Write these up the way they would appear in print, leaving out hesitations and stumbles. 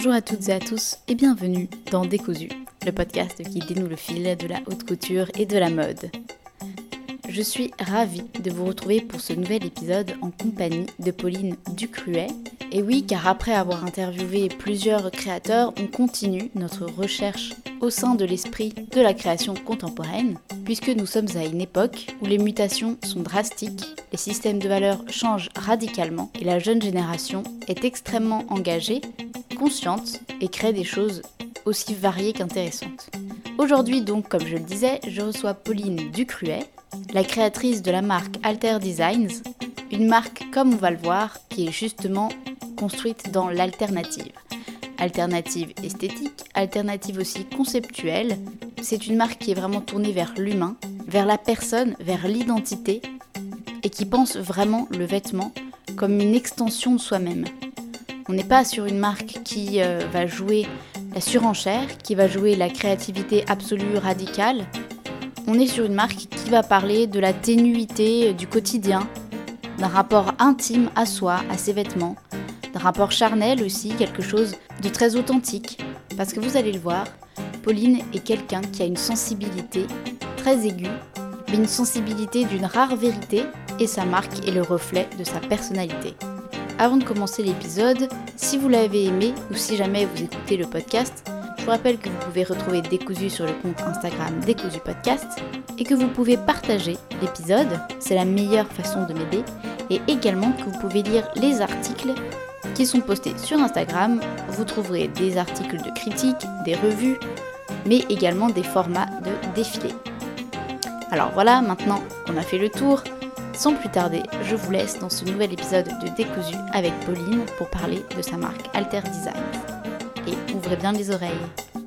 Bonjour à toutes et à tous et bienvenue dans Décousu, le podcast qui dénoue le fil de la haute couture et de la mode. Je suis ravie de vous retrouver pour ce nouvel épisode en compagnie de Pauline Ducruet. Et oui, car après avoir interviewé plusieurs créateurs, on continue notre recherche au sein de l'esprit de la création contemporaine, puisque nous sommes à une époque où les mutations sont drastiques, les systèmes de valeurs changent radicalement et la jeune génération est extrêmement engagée, consciente et crée des choses aussi variées qu'intéressantes. Aujourd'hui donc, comme je le disais, je reçois Pauline Ducruet, la créatrice de la marque Alter Designs, une marque, comme on va le voir, qui est justement construite dans l'alternative. Alternative esthétique, alternative aussi conceptuelle. C'est une marque qui est vraiment tournée vers l'humain, vers la personne, vers l'identité, et qui pense vraiment le vêtement comme une extension de soi-même. On n'est pas sur une marque qui va jouer la surenchère, qui va jouer la créativité absolue radicale. On est sur une marque qui va parler de la ténuité du quotidien, d'un rapport intime à soi, à ses vêtements, d'un rapport charnel aussi, quelque chose de très authentique. Parce que vous allez le voir, Pauline est quelqu'un qui a une sensibilité très aiguë, mais une sensibilité d'une rare vérité, et sa marque est le reflet de sa personnalité. Avant de commencer l'épisode, si vous l'avez aimé ou si jamais vous écoutez le podcast, je vous rappelle que vous pouvez retrouver Décousu sur le compte Instagram Décousu Podcast et que vous pouvez partager l'épisode, c'est la meilleure façon de m'aider, et également que vous pouvez lire les articles qui sont postés sur Instagram. Vous trouverez des articles de critique, des revues, mais également des formats de défilés. Alors voilà, maintenant qu'on a fait le tour, sans plus tarder, je vous laisse dans ce nouvel épisode de Décousu avec Pauline pour parler de sa marque Alter Designs. Et ouvrez bien les oreilles.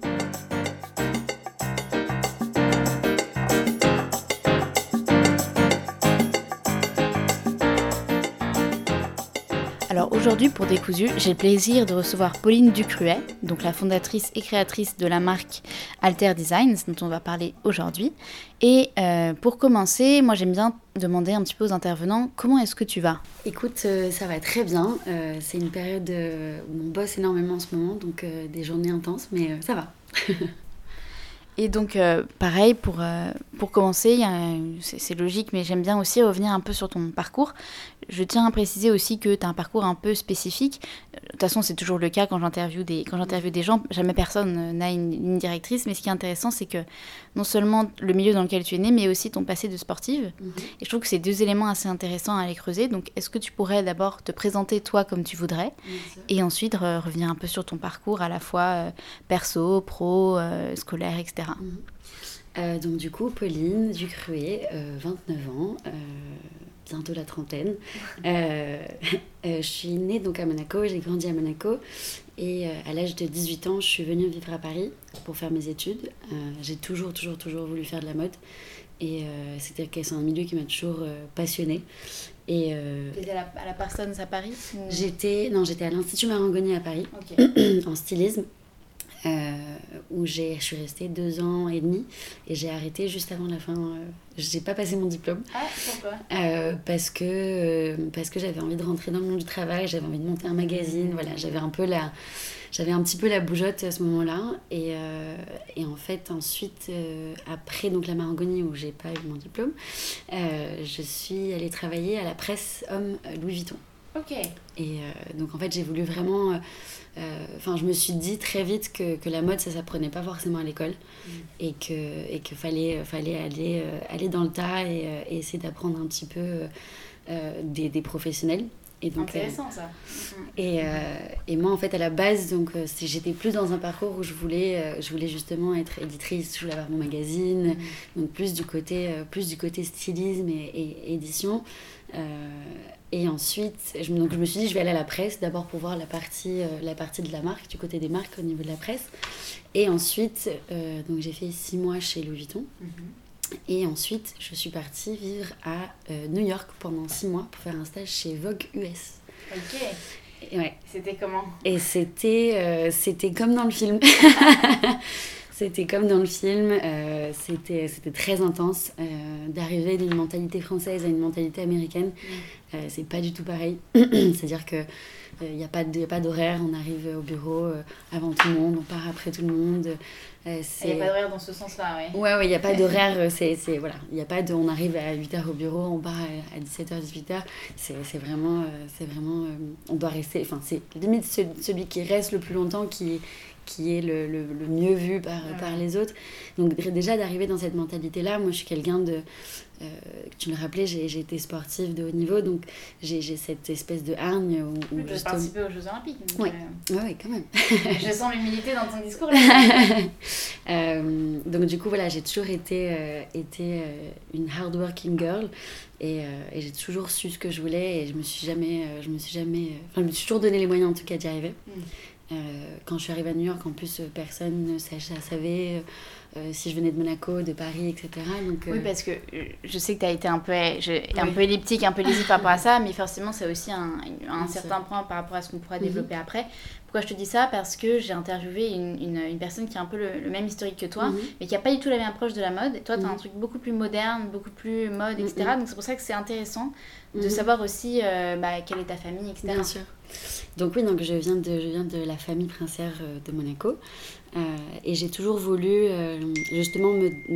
Alors aujourd'hui pour Décousu, j'ai le plaisir de recevoir Pauline Ducruet, donc la fondatrice et créatrice de la marque Alter Designs dont on va parler aujourd'hui. Et pour commencer, moi j'aime bien demander un petit peu aux intervenants, comment est-ce que tu vas ? Écoute, ça va très bien. C'est une période où on bosse énormément en ce moment, donc des journées intenses, mais ça va. Et donc, pareil, pour commencer, c'est logique, mais j'aime bien aussi revenir un peu sur ton parcours. Je tiens à préciser aussi que tu as un parcours un peu spécifique. De toute façon, c'est toujours le cas quand j'interviewe des gens. Jamais personne n'a une ligne directrice, mais ce qui est intéressant, c'est que non seulement le milieu dans lequel tu es né, mais aussi ton passé de sportive. Et je trouve que c'est deux éléments assez intéressants à aller creuser. Donc, est-ce que tu pourrais d'abord te présenter toi comme tu voudrais, et ensuite revenir un peu sur ton parcours à la fois perso, pro, scolaire, etc. Donc du coup, Pauline Ducruet, 29 ans, bientôt la trentaine. Je suis née donc à Monaco, j'ai grandi à Monaco et à l'âge de 18 ans, je suis venue vivre à Paris pour faire mes études. J'ai toujours voulu faire de la mode et c'est-à-dire que c'est un milieu qui m'a toujours passionnée. Et T'étais à la Parsons à Paris ou... J'étais à l'Institut Marangoni à Paris, en stylisme. Où je suis restée 2 ans et demi et j'ai arrêté juste avant la fin. J'ai pas passé mon diplôme. Ah, pourquoi ? Parce que j'avais envie de rentrer dans le monde du travail, j'avais envie de monter un magazine, voilà, j'avais un petit peu la bougeotte à ce moment-là et en fait ensuite après donc la Marangoni où j'ai pas eu mon diplôme, je suis allée travailler à la presse homme Louis Vuitton. Ok. Et donc en fait j'ai voulu vraiment je me suis dit très vite que la mode ça s'apprenait pas forcément à l'école et que fallait aller dans le tas et essayer d'apprendre un petit peu des professionnels. Et donc, intéressant ça. Et moi en fait à la base donc j'étais plus dans un parcours où je voulais justement être éditrice, je voulais avoir mon magazine, donc plus du côté stylisme et édition. Et ensuite, je me suis dit, je vais aller à la presse, d'abord pour voir la partie de la marque, du côté des marques au niveau de la presse. Et ensuite, donc j'ai fait 6 mois chez Louis Vuitton. Et ensuite, je suis partie vivre à New York pendant 6 mois pour faire un stage chez Vogue US. Ok. Et ouais. C'était comment ? Et c'était comme dans le film. C'était comme dans le film, c'était très intense. D'arriver d'une mentalité française à une mentalité américaine, c'est pas du tout pareil. C'est-à-dire que il n'y a pas d'horaire, on arrive au bureau avant tout le monde, on part après tout le monde. Il n'y a pas d'horaire dans ce sens-là, oui. Ouais, il n'y a pas d'horaire, voilà. Y a pas de, on arrive à 8h au bureau, on part à 17h, 18h. C'est vraiment, on doit rester, enfin, c'est limite celui qui reste le plus longtemps qui est le mieux vu par les autres. Donc déjà d'arriver dans cette mentalité-là, moi je suis quelqu'un de... tu me rappelais, j'ai été sportive de haut niveau, donc j'ai cette espèce de hargne où tu as participé aux Jeux Olympiques. Oui, quand même. Je sens l'humilité dans ton discours là. Donc du coup, voilà, j'ai toujours été une hard-working girl et j'ai toujours su ce que je voulais et je me suis toujours donné les moyens en tout cas d'y arriver. Quand je suis arrivée à New York, en plus, personne ne savait si je venais de Monaco, de Paris, etc. Donc, Oui, parce que je sais que tu as été un peu elliptique, un peu lisible par rapport à ça, mais forcément, c'est aussi un certain point par rapport à ce qu'on pourra développer après. Pourquoi je te dis ça? Parce que j'ai interviewé une personne qui a un peu le même historique que toi, mais qui n'a pas du tout la même approche de la mode. Et toi, tu as un truc beaucoup plus moderne, beaucoup plus mode, etc. Donc c'est pour ça que c'est intéressant de savoir aussi quelle est ta famille, etc. Bien sûr. Donc oui, je viens de la famille princière de Monaco et j'ai toujours voulu justement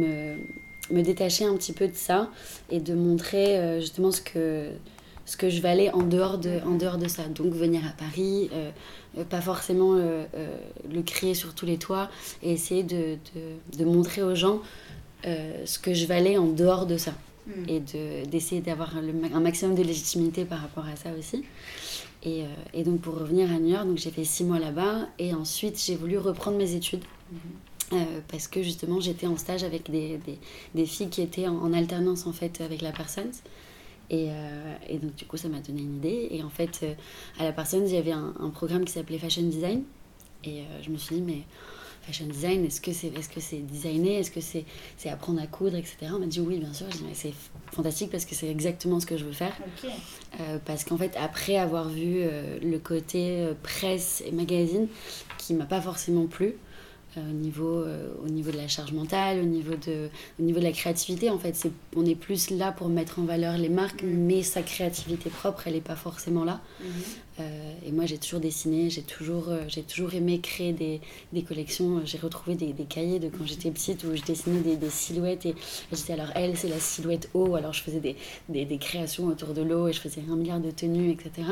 me détacher un petit peu de ça et de montrer justement ce que je valais en dehors de ça. Donc venir à Paris, pas forcément le crier sur tous les toits et essayer de montrer aux gens ce que je valais en dehors de ça. Et d'essayer d'avoir un maximum de légitimité par rapport à ça aussi. Et donc pour revenir à New York, donc j'ai fait 6 mois là-bas et ensuite j'ai voulu reprendre mes études parce que justement j'étais en stage avec des filles qui étaient en alternance en fait avec la Parsons et donc du coup ça m'a donné une idée et en fait à la Parsons il y avait un programme qui s'appelait Fashion Design et je me suis dit mais fashion design, est-ce que c'est designer, est-ce que c'est apprendre à coudre, etc. On m'a dit oui, bien sûr. Je dis mais c'est fantastique parce que c'est exactement ce que je veux faire. Okay. Parce qu'en fait, après avoir vu le côté presse et magazine, qui m'a pas forcément plu, au niveau de la charge mentale, au niveau de la créativité, en fait, on est plus là pour mettre en valeur les marques, mais sa créativité propre, elle n'est pas forcément là. Et moi, j'ai toujours dessiné, j'ai toujours aimé créer des collections. J'ai retrouvé des cahiers de quand j'étais petite où je dessinais des silhouettes et j'étais alors elle, c'est la silhouette eau, alors je faisais des créations autour de l'eau et je faisais 1 milliard de tenues, etc.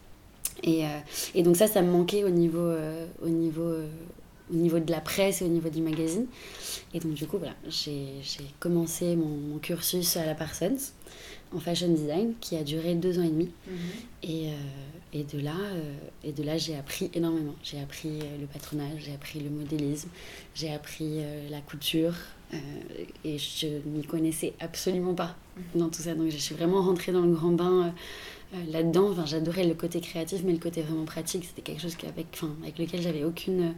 Et donc ça me manquait au niveau de la presse et au niveau du magazine. Et donc du coup, voilà, j'ai commencé mon cursus à la Parsons en fashion design qui a duré 2 ans et demi. Et de là, j'ai appris énormément. J'ai appris le patronage, j'ai appris le modélisme, j'ai appris la couture et je m'y connaissais absolument pas dans tout ça. Donc je suis vraiment rentrée dans le grand bain là-dedans. Enfin, j'adorais le côté créatif, mais le côté vraiment pratique, c'était quelque chose avec lequel j'avais aucune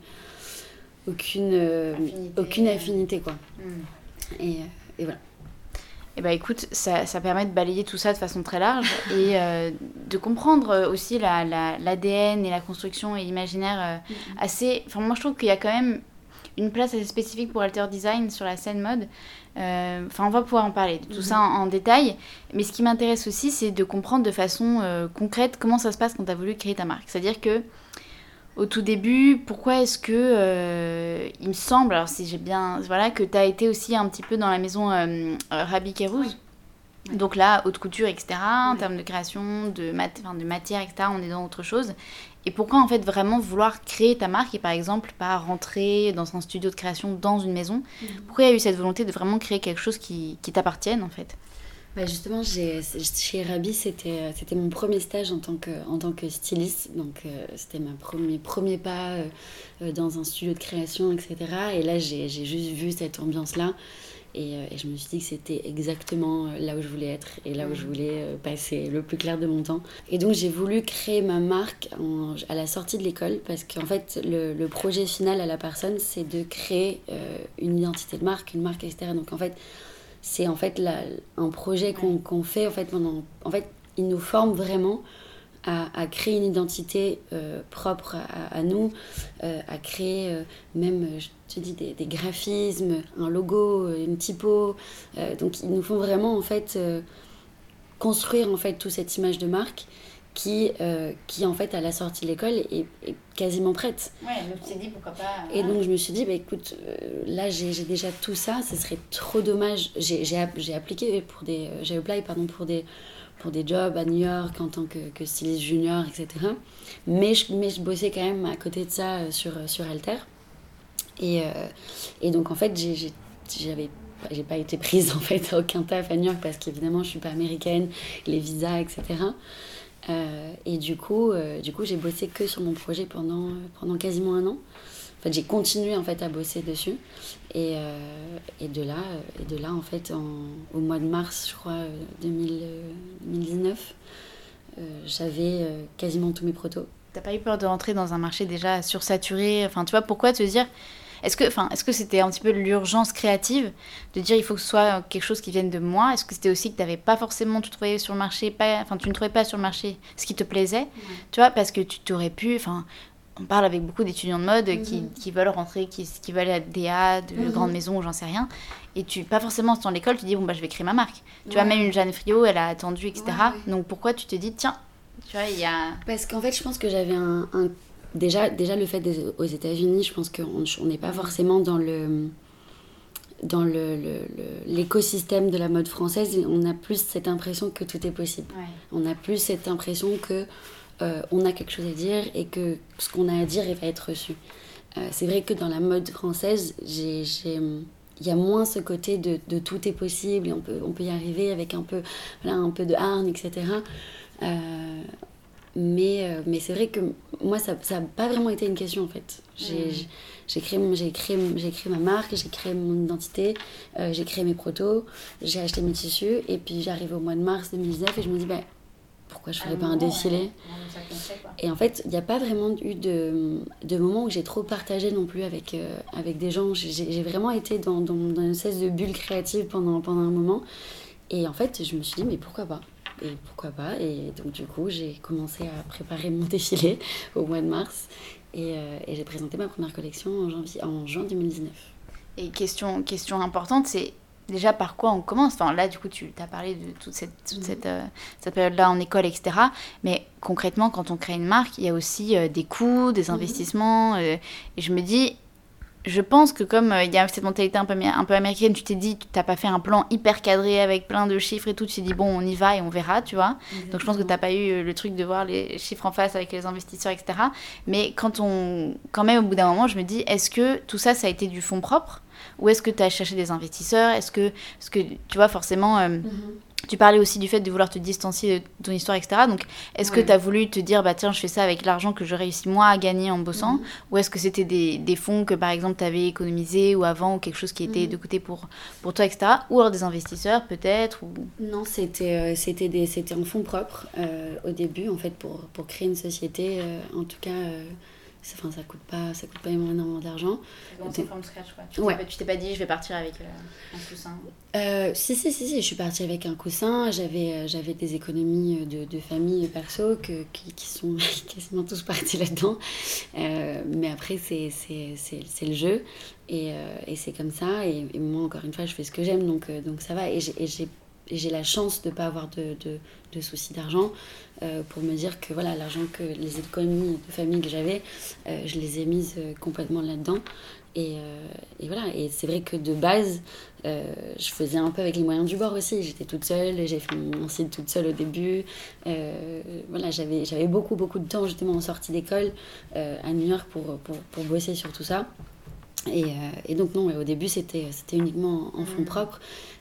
affinité quoi. Et voilà. Eh ben, écoute, ça permet de balayer tout ça de façon très large et de comprendre aussi l'ADN et la construction et l'imaginaire assez... Enfin, moi, je trouve qu'il y a quand même une place assez spécifique pour Alter Design sur la scène mode. On va pouvoir en parler de tout ça en détail. Mais ce qui m'intéresse aussi, c'est de comprendre de façon concrète comment ça se passe quand tu as voulu créer ta marque. C'est-à-dire que au tout début, pourquoi est-ce que, il me semble, alors si j'ai bien, voilà, que tu as été aussi un petit peu dans la maison Rabhi Kairouz, donc là, haute couture, etc., en termes de création, de matière, etc., on est dans autre chose. Et pourquoi en fait vraiment vouloir créer ta marque et par exemple pas rentrer dans un studio de création dans une maison? Pourquoi il y a eu cette volonté de vraiment créer quelque chose qui t'appartienne en fait? Justement, chez Rabhi, c'était mon premier stage en tant que styliste. Donc, c'était mes premiers pas dans un studio de création, etc. Et là, j'ai juste vu cette ambiance-là. Et je me suis dit que c'était exactement là où je voulais être et là où je voulais passer le plus clair de mon temps. Et donc, j'ai voulu créer ma marque à la sortie de l'école parce qu'en fait, le projet final à la personne, c'est de créer une identité de marque, une marque, etc. Donc, en fait, c'est en fait un projet qu'on fait en fait il nous forme vraiment à créer une identité propre à nous, à créer même, je te dis, des graphismes, un logo, une typo. Donc ils nous font vraiment en fait construire en fait toute cette image de marque qui en fait à la sortie de l'école est quasiment prête. Ouais, donc tu t'es dit pourquoi pas. Et donc je me suis dit, bah, écoute, là j'ai déjà tout ça, ce serait trop dommage. J'ai appliqué j'ai appelé pour des jobs à New York en tant que styliste junior, etc. Mais je bossais quand même à côté de ça sur Alter. Et donc en fait j'ai pas été prise en fait à aucun taf à New York parce qu'évidemment je suis pas américaine, les visas, etc. Et du coup j'ai bossé que sur mon projet pendant quasiment un an. En fait j'ai continué en fait à bosser dessus et de là en fait au mois de mars je crois 2019 j'avais quasiment tous mes protos. T'as pas eu peur de rentrer dans un marché déjà sursaturé? Enfin, tu vois, pourquoi te dire... Est-ce que c'était un petit peu l'urgence créative de dire il faut que ce soit quelque chose qui vienne de moi? Est-ce que c'était aussi que tu trouvais sur le marché, tu ne trouvais pas sur le marché ce qui te plaisait? Tu vois, parce que tu t'aurais pu... On parle avec beaucoup d'étudiants de mode qui veulent rentrer, qui veulent être DA de grande maison ou j'en sais rien. Et pas forcément dans l'école, tu dis je vais créer ma marque. Tu vois, même une Jeanne Friot, elle a attendu, etc. Donc pourquoi tu te dis tiens, tu vois, il y a... Parce qu'en fait, je pense que j'avais déjà le fait d'être aux États-Unis, je pense qu'on n'est pas forcément dans l'écosystème de la mode française. On a plus cette impression que tout est possible. Ouais. On a plus cette impression que on a quelque chose à dire et que ce qu'on a à dire va être reçu. C'est vrai que dans la mode française, il y a moins ce côté de tout est possible et on peut y arriver avec un peu de hargne, etc. Mais c'est vrai que moi ça n'a pas vraiment été une question en fait. J'ai créé ma marque, j'ai créé mon identité, j'ai créé mes protos, j'ai acheté mes tissus et puis j'arrive au mois de mars 2019 et je me dis pourquoi je ferais pas un défilé. Et en fait il n'y a pas vraiment eu de moment où j'ai trop partagé non plus avec des gens. J'ai vraiment été dans une espèce de bulle créative pendant un moment et en fait je me suis dit mais pourquoi pas. Et donc du coup j'ai commencé à préparer mon défilé au mois de mars et j'ai présenté ma première collection en juin 2019. Et question importante, c'est déjà par quoi on commence? Enfin là du coup tu as parlé de toute cette période-là en école, etc. Mais concrètement quand on crée une marque, il y a aussi des coûts, des investissements et je me dis... Je pense que comme il y a cette mentalité un peu américaine, tu t'es dit, tu n'as pas fait un plan hyper cadré avec plein de chiffres et tout, tu t'es dit, bon, on y va et on verra, tu vois. Exactement. Donc je pense que tu n'as pas eu le truc de voir les chiffres en face avec les investisseurs, etc. Mais quand même, au bout d'un moment, je me dis, est-ce que tout ça, ça a été du fonds propre? Ou est-ce que tu as cherché des investisseurs? Est-ce que tu vois, forcément... Tu parlais aussi du fait de vouloir te distancier de ton histoire, etc. Donc, est-ce que tu as voulu te dire, tiens, je fais ça avec l'argent que je réussis moi à gagner en bossant? Ou est-ce que c'était des fonds que, par exemple, tu avais économisés ou avant, ou quelque chose qui était de côté pour toi, etc. Ou alors des investisseurs, peut-être ou... Non, c'était en fonds propres au début, en fait, pour créer une société. En tout cas... ça coûte pas énormément d'argent. C'est from scratch, quoi. Tu t'es pas dit, je vais partir avec un coussin? Si, je suis partie avec un coussin. J'avais des économies de famille perso qui sont quasiment tous partis là-dedans. Mais après, c'est le jeu. Et c'est comme ça. Et moi, encore une fois, je fais ce que j'aime, donc ça va. Et j'ai la chance de ne pas avoir de soucis d'argent pour me dire que voilà, l'argent les économies de famille que j'avais, je les ai mises complètement là-dedans. Et voilà, et c'est vrai que de base, je faisais un peu avec les moyens du bord aussi. J'étais toute seule, j'ai fait mon site toute seule au début. Voilà, j'avais beaucoup de temps justement en sortie d'école à New York pour bosser sur tout ça. Et donc non, au début c'était uniquement en fonds propres.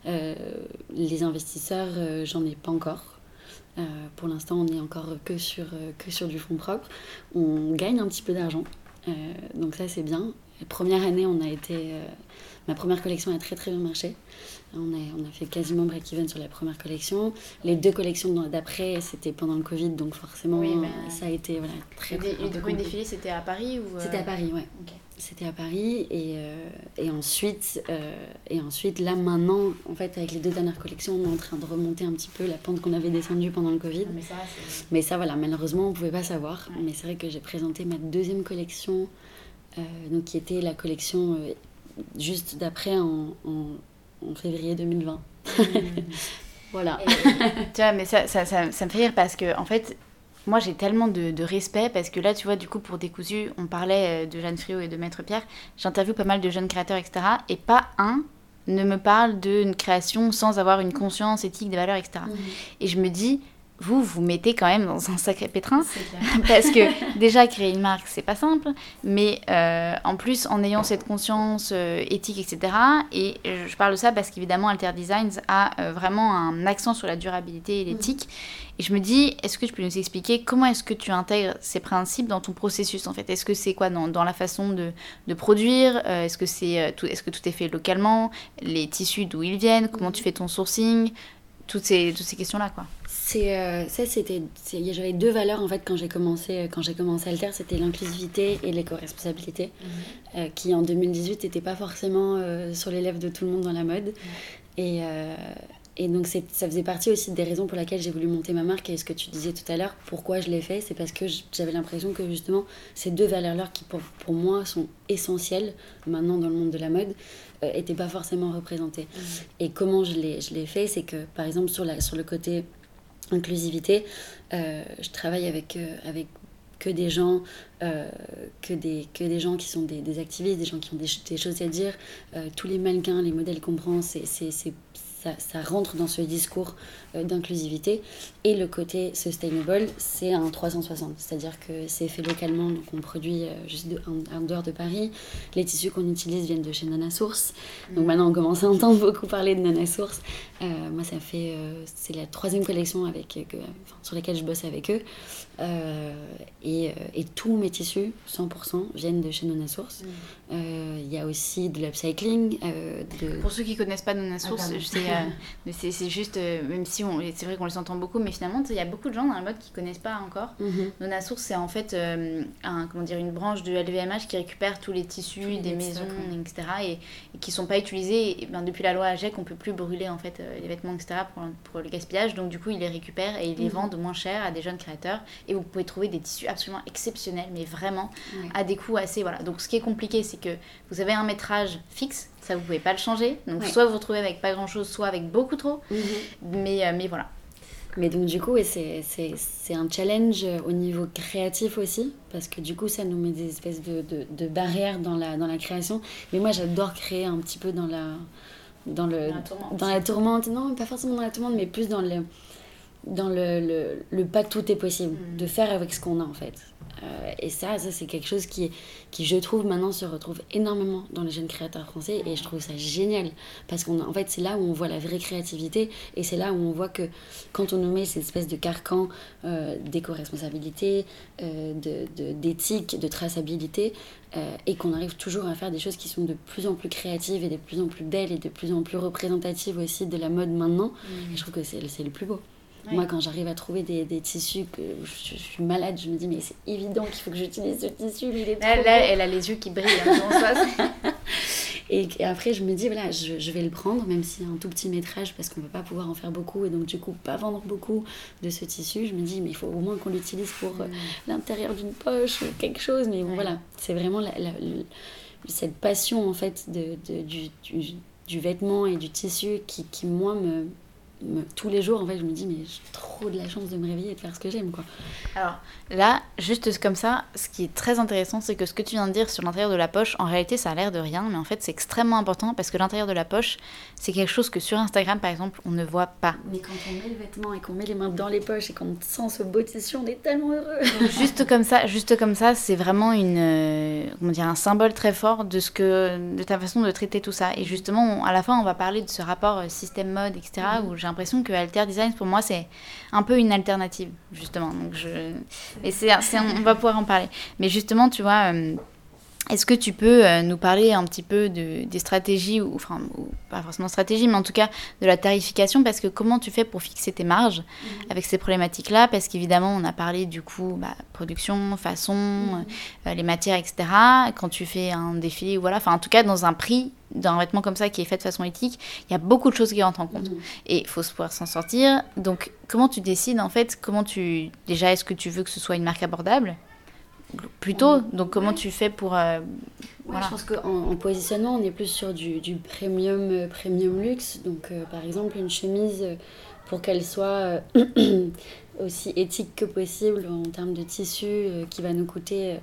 Les investisseurs, j'en ai pas encore. Pour l'instant, on est encore que sur du fonds propre. On gagne un petit peu d'argent, donc ça c'est bien. La première année, ma première collection a très très bien marché. On a fait quasiment break-even sur la première collection. Les 2 collections d'après, c'était pendant le Covid, donc forcément, ça a été très très Le premier défilé, c'était à Paris ou C'était à Paris, ouais. Okay. C'était à Paris. Et ensuite, là maintenant, en fait, avec les 2 dernières collections, on est en train de remonter un petit peu la pente qu'on avait descendue pendant le Covid. Mais ça, voilà, malheureusement, on ne pouvait pas savoir. Ouais. Mais c'est vrai que j'ai présenté ma 2e collection, donc qui était la collection juste d'après en février 2020. Voilà. Tu vois, mais ça me fait rire parce que, en fait, moi, j'ai tellement de respect parce que là, tu vois, du coup, pour Décousu, on parlait de Jeanne Friot et de Maître Pierre. J'interviewe pas mal de jeunes créateurs, etc. Et pas un ne me parle d'une création sans avoir une conscience éthique, des valeurs, etc. Et je me dis... vous mettez quand même dans un sacré pétrin parce que déjà créer une marque c'est pas simple, mais en plus en ayant cette conscience éthique, etc. Et je parle de ça parce qu'évidemment Alter Designs a vraiment un accent sur la durabilité et l'éthique. Et je me dis, est-ce que tu peux nous expliquer comment est-ce que tu intègres ces principes dans ton processus en fait? Est-ce que c'est quoi dans la façon de produire? Est-ce que tout est fait localement? Les tissus, d'où ils viennent? Comment tu fais ton sourcing? Toutes ces questions-là, quoi. J'avais 2 valeurs en fait quand j'ai commencé Alter, c'était l'inclusivité et l'éco-responsabilité, qui en 2018 n'étaient pas forcément sur les lèvres de tout le monde dans la mode. Et donc ça faisait partie aussi des raisons pour lesquelles j'ai voulu monter ma marque. Et ce que tu disais tout à l'heure, pourquoi je l'ai fait, c'est parce que j'avais l'impression que justement ces 2 valeurs-là qui pour moi sont essentielles maintenant dans le monde de la mode, n'étaient pas forcément représentées. Et comment je l'ai fait, c'est que par exemple sur le côté inclusivité, je travaille avec que des gens qui sont des activistes, des gens qui ont des choses à dire. Tous les mannequins, les modèles qu'on prend, ça rentre dans ce discours d'inclusivité. Et le côté sustainable, c'est un 360, c'est-à-dire que c'est fait localement, donc on produit juste en dehors de Paris. Les tissus qu'on utilise viennent de chez Nana Source. Donc maintenant on commence à entendre beaucoup parler de Nana Source. Moi c'est la 3e collection sur laquelle je bosse avec eux. Et tous mes tissus 100% viennent de chez Nana Source. Il y a aussi de l'upcycling. Pour ceux qui connaissent pas Nana Source, mais c'est juste, même si c'est vrai qu'on les entend beaucoup, mais finalement il y a beaucoup de gens dans la mode qui connaissent pas encore. Nana Source, c'est en fait une branche de LVMH qui récupère tous les tissus des maisons, etc. et qui sont pas utilisés. Et depuis la loi AGEC, on peut plus brûler en fait les vêtements, etc. pour le gaspillage. Donc du coup ils les récupèrent et ils les vendent moins cher à des jeunes créateurs. Et vous pouvez trouver des tissus absolument exceptionnels, mais vraiment à des coûts assez... Voilà. Donc ce qui est compliqué, c'est que vous avez un métrage fixe, ça vous pouvez pas le changer. Donc soit vous vous retrouvez avec pas grand-chose, soit avec beaucoup trop. Mais voilà. Mais donc du coup, c'est un challenge au niveau créatif aussi, parce que du coup, ça nous met des espèces de barrières dans la création. Mais moi, j'adore créer un petit peu dans la tourmente. Non, pas forcément dans la tourmente, mais plus dans le pas tout est possible, de faire avec ce qu'on a en fait. Et ça c'est quelque chose qui je trouve maintenant se retrouve énormément dans les jeunes créateurs français, et je trouve ça génial parce en fait c'est là où on voit la vraie créativité, et c'est là où on voit que quand on nous met cette espèce de carcan d'éco-responsabilité, d'éthique, de traçabilité, et qu'on arrive toujours à faire des choses qui sont de plus en plus créatives et de plus en plus belles et de plus en plus représentatives aussi de la mode maintenant, et je trouve que c'est le plus beau. Ouais. Moi, quand j'arrive à trouver des tissus que je suis malade, je me dis mais c'est évident qu'il faut que j'utilise ce tissu, mais il est trop beau. Elle a les yeux qui brillent dans ça. Et après, je me dis voilà, je vais le prendre, même si c'est un tout petit métrage, parce qu'on ne peut pas pouvoir en faire beaucoup, et donc du coup pas vendre beaucoup de ce tissu. Je me dis mais il faut au moins qu'on l'utilise pour l'intérieur d'une poche ou quelque chose. Mais bon, voilà, c'est vraiment cette passion en fait du vêtement et du tissu qui moi tous les jours en fait je me dis mais j'ai trop de la chance de me réveiller et de faire ce que j'aime quoi. Alors là juste comme ça, ce qui est très intéressant, c'est que ce que tu viens de dire sur l'intérieur de la poche, en réalité ça a l'air de rien, mais en fait c'est extrêmement important, parce que l'intérieur de la poche c'est quelque chose que sur Instagram par exemple on ne voit pas. Mais quand on met le vêtement et qu'on met les mains dans les poches et qu'on sent ce beau tissu, on est tellement heureux. Donc, juste comme ça c'est vraiment un symbole très fort de ta façon de traiter tout ça. Et justement à la fin on va parler de ce rapport système mode, etc. où j'ai l'impression que Alter Designs pour moi c'est un peu une alternative justement. Donc on va pouvoir en parler. Mais justement tu vois Est-ce que tu peux nous parler un petit peu des stratégies, ou pas forcément stratégie, mais en tout cas de la tarification, parce que comment tu fais pour fixer tes marges avec ces problématiques-là? Parce qu'évidemment, on a parlé du coup production, façon, les matières, etc. Quand tu fais un défilé, voilà, en tout cas dans un prix d'un vêtement comme ça qui est fait de façon éthique, il y a beaucoup de choses qui rentrent en compte. Et il faut pouvoir s'en sortir. Donc, comment tu décides en fait, déjà, est-ce que tu veux que ce soit une marque abordable? Plutôt, donc comment tu fais pour... voilà. Je pense qu'en positionnement, on est plus sur du premium luxe. Donc, par exemple, une chemise, pour qu'elle soit aussi éthique que possible en termes de tissu, qui va nous coûter...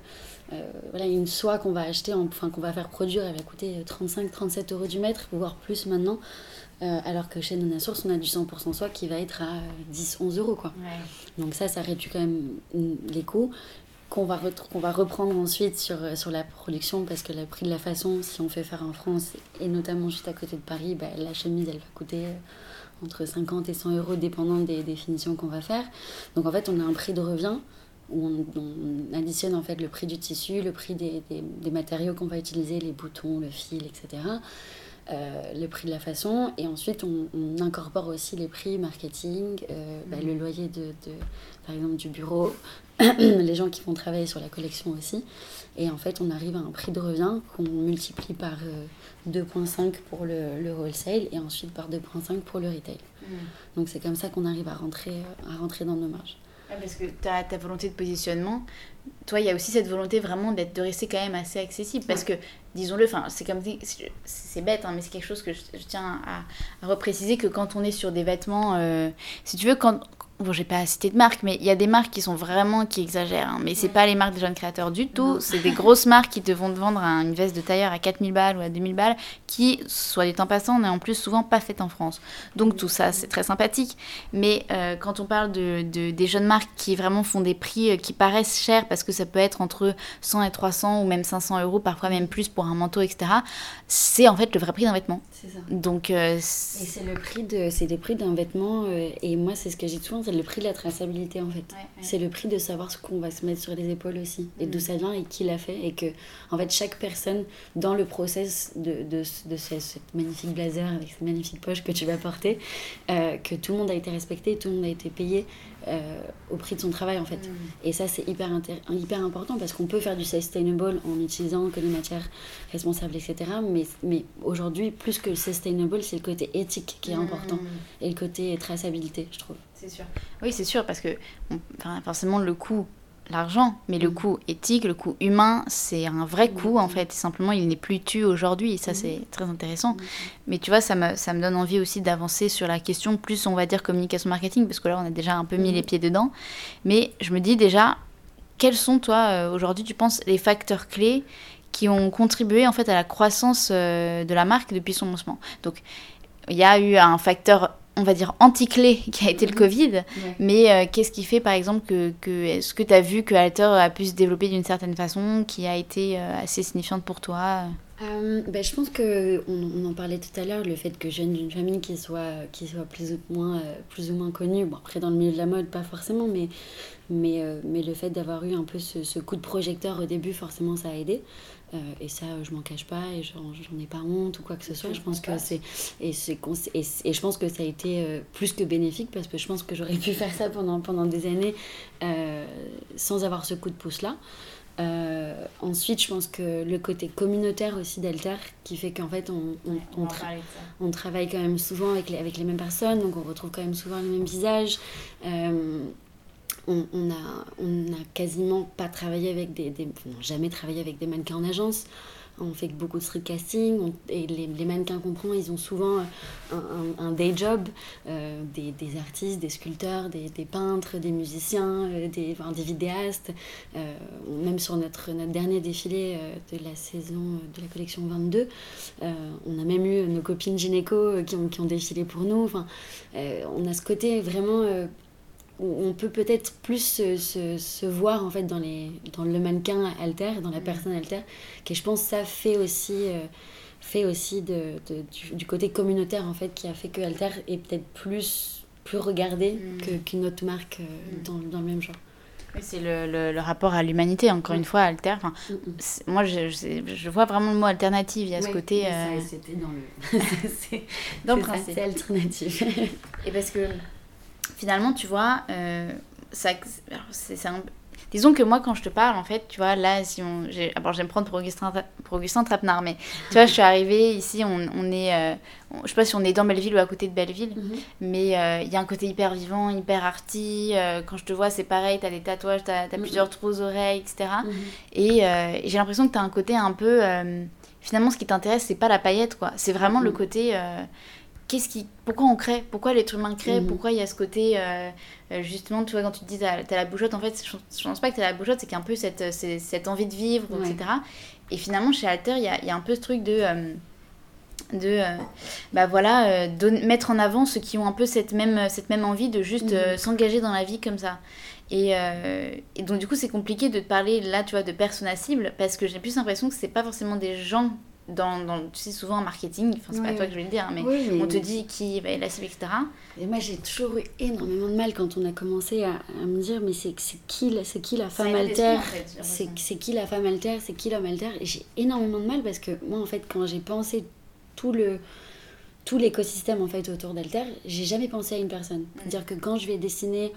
une soie qu'on va acheter, qu'on va faire produire, elle va coûter 35-37 euros du mètre, voire plus maintenant. Alors que chez Nona Source, on a du 100% soie qui va être à 10-11 euros, quoi. Ouais. Donc ça réduit quand même les coûts. Qu'on va reprendre ensuite sur la production, parce que le prix de la façon, si on fait faire en France, et notamment juste à côté de Paris, la chemise, elle va coûter entre 50 et 100 euros, dépendant des finitions qu'on va faire. Donc en fait, on a un prix de revient, où on additionne en fait le prix du tissu, le prix des matériaux qu'on va utiliser, les boutons, le fil, etc., le prix de la façon, et ensuite on incorpore aussi les prix marketing, le loyer par exemple du bureau, les gens qui vont travailler sur la collection aussi, et en fait on arrive à un prix de revient qu'on multiplie par 2,5 pour le wholesale et ensuite par 2,5 pour le retail. Donc c'est comme ça qu'on arrive à rentrer dans nos marges. Parce que ta volonté de positionnement, toi, il y a aussi cette volonté vraiment de rester quand même assez accessible. Parce que, disons-le, c'est bête, mais c'est quelque chose que je tiens à repréciser, que quand on est sur des vêtements, si tu veux, j'ai pas cité de marque, mais il y a des marques qui exagèrent, mais c'est pas les marques des jeunes créateurs du tout. C'est des grosses marques qui te vont te vendre une veste de tailleur à 4000 balles ou à 2000 balles, qui, soit dit en passant, n'est en plus souvent pas faite en France. Donc tout ça, c'est très sympathique. Mais quand on parle des jeunes marques qui vraiment font des prix qui paraissent chers, parce que ça peut être entre 100 et 300 ou même 500 euros, parfois même plus pour un manteau, etc., c'est en fait le vrai prix d'un vêtement. C'est ça. Donc, et c'est le prix d'un vêtement, et moi c'est ce que j'ai dit souvent, c'est le prix de la traçabilité en fait. Ouais. C'est le prix de savoir ce qu'on va se mettre sur les épaules aussi, et d'où ça vient et qui l'a fait, et que en fait chaque personne dans le process de cette magnifique blazer avec cette magnifique poche que tu vas porter, que tout le monde a été respecté, tout le monde a été payé au prix de son travail en fait. Et ça c'est hyper important, parce qu'on peut faire du sustainable en utilisant que des matières responsables, etc. Mais aujourd'hui, plus que le sustainable, c'est le côté éthique qui est important, et le côté traçabilité, je trouve. C'est sûr. Oui, c'est sûr, parce que forcément le coût, l'argent, mais le coût éthique, le coût humain, c'est un vrai coût en fait. Et simplement, il n'est plus tu aujourd'hui, et ça c'est très intéressant. Mais tu vois, ça me donne envie aussi d'avancer sur la question plus, on va dire, communication marketing, parce que là on a déjà un peu mis les pieds dedans. Mais je me dis déjà, quels sont toi aujourd'hui, tu penses, les facteurs clés qui ont contribué en fait à la croissance de la marque depuis son lancement? Donc il y a eu un facteur, on va dire, anti-clé qui a été le Covid, mais qu'est-ce qui fait par exemple que est-ce que tu as vu que Alter a pu se développer d'une certaine façon qui a été assez signifiante pour toi? Je pense qu'on en parlait tout à l'heure, le fait que je vienne d'une famille qui soit plus ou moins connue. Bon, après dans le milieu de la mode pas forcément, mais le fait d'avoir eu un peu ce coup de projecteur au début, forcément ça a aidé. Et ça, je m'en cache pas, et j'en ai pas honte ou quoi que ce soit. Je pense que je pense que ça a été plus que bénéfique, parce que je pense que j'aurais pu faire ça pendant des années sans avoir ce coup de pouce là. Ensuite, je pense que le côté communautaire aussi d'Alter, qui fait qu'en fait on travaille quand même souvent avec les mêmes personnes, donc on retrouve quand même souvent les mêmes visages. On a quasiment pas travaillé avec on n'a jamais travaillé avec des mannequins en agence. On fait beaucoup de street casting, et les mannequins qu'on prend, ils ont souvent un day job, des artistes, des sculpteurs, des peintres, des musiciens, des vidéastes. Même sur notre dernier défilé de la saison de la collection 22, on a même eu nos copines gynéco qui ont défilé pour nous. Enfin, on a ce côté vraiment... on peut peut-être plus se voir en fait dans le mannequin Alter, dans la personne Alter, que je pense ça fait aussi du côté communautaire en fait, qui a fait que Alter est peut-être plus regardée qu'une autre marque dans le même genre. Oui, c'est le rapport à l'humanité, encore une fois, alter. Enfin, moi, je vois vraiment le mot alternative. Il y a ce côté... C'était dans le... dans le principe. C'est alternatif. Et parce que, finalement, tu vois, c'est disons que moi, quand je te parle, en fait, tu vois, là, si on... je vais me prendre pour Augustin Trapenard, mais tu vois, je suis arrivée ici, on est... je sais pas si on est dans Belleville ou à côté de Belleville, mais il y a un côté hyper vivant, hyper arty. Quand je te vois, c'est pareil, t'as des tatouages, t'as plusieurs trous aux oreilles, etc. Et j'ai l'impression que t'as un côté un peu... finalement, ce qui t'intéresse, c'est pas la paillette, quoi. C'est vraiment le côté... pourquoi on crée, pourquoi l'être humain crée, pourquoi il y a ce côté justement, tu vois, quand tu te dis t'as la bougeotte, en fait je pense pas que t'as la bougeotte, c'est qu'il y a un peu cette envie de vivre, etc. Et finalement chez Alter il y a un peu ce truc de mettre en avant ceux qui ont un peu cette même envie de juste s'engager dans la vie comme ça. Et donc du coup c'est compliqué de te parler là, tu vois, de persona cible, parce que j'ai plus l'impression que c'est pas forcément des gens tu sais, souvent en marketing, enfin c'est pas toi que je vais le dire, mais on te dit qui va être la cible, etc. Et moi j'ai toujours eu énormément de mal quand on a commencé à me dire mais c'est qui la femme alter, c'est qui la femme alter, c'est qui l'homme alter, et j'ai énormément de mal parce que moi en fait quand j'ai pensé tout l'écosystème en fait autour d'Alter, j'ai jamais pensé à une personne. C'est-à-dire que quand je vais dessiner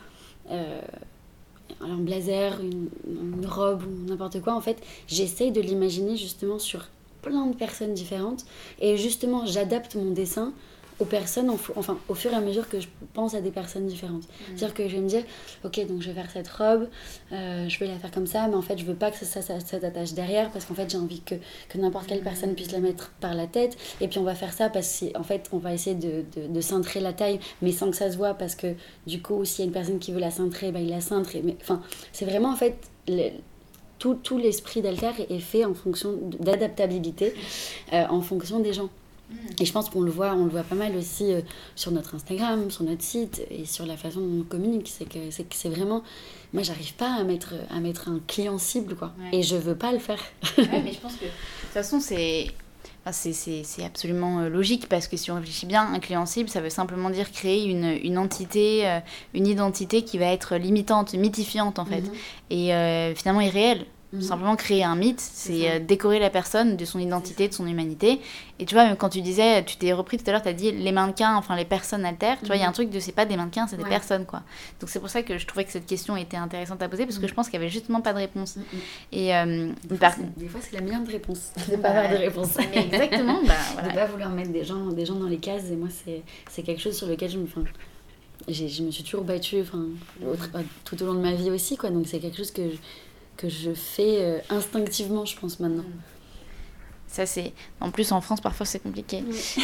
un blazer, une robe ou n'importe quoi, en fait j'essaye de l'imaginer justement sur plein de personnes différentes, et justement j'adapte mon dessin aux personnes, au fur et à mesure que je pense à des personnes différentes. C'est-à-dire que je vais me dire, ok, donc je vais faire cette robe, je vais la faire comme ça, mais en fait je veux pas que ça s'attache derrière, parce qu'en fait j'ai envie que n'importe quelle personne puisse la mettre par la tête, et puis on va faire ça parce qu'en fait on va essayer de cintrer la taille, mais sans que ça se voit, parce que du coup s'il y a une personne qui veut la cintrer, il la cintre, enfin c'est vraiment en fait... Tout l'esprit d'Alter est fait en fonction d'adaptabilité, en fonction des gens. Et je pense qu'on le voit pas mal aussi sur notre Instagram, sur notre site, et sur la façon dont on communique. C'est que c'est vraiment... Moi, j'arrive pas à mettre un client cible, quoi. Et je veux pas le faire. Mais je pense que, de toute façon, c'est absolument logique, parce que si on réfléchit bien, un client cible, ça veut simplement dire créer une entité, une identité qui va être limitante, mythifiante, en fait. Et finalement irréelle. Simplement créer un mythe, c'est décorer la personne de son identité, de son humanité. Et tu vois, même quand tu disais, tu t'es repris tout à l'heure, tu as dit les mannequins, enfin les personnes alter, tu vois, il y a un truc de c'est pas des mannequins, c'est des personnes, quoi. Donc c'est pour ça que je trouvais que cette question était intéressante à poser, parce que je pense qu'il y avait justement pas de réponse. Et des fois, c'est la meilleure réponse, de pas avoir de réponse. Exactement, voilà. De pas vouloir mettre des gens dans les cases, et moi c'est quelque chose sur lequel je me suis toujours battue, tout au long de ma vie aussi, quoi. Donc c'est quelque chose que je fais instinctivement, je pense, maintenant. Ça, c'est... En plus, en France, parfois, c'est compliqué.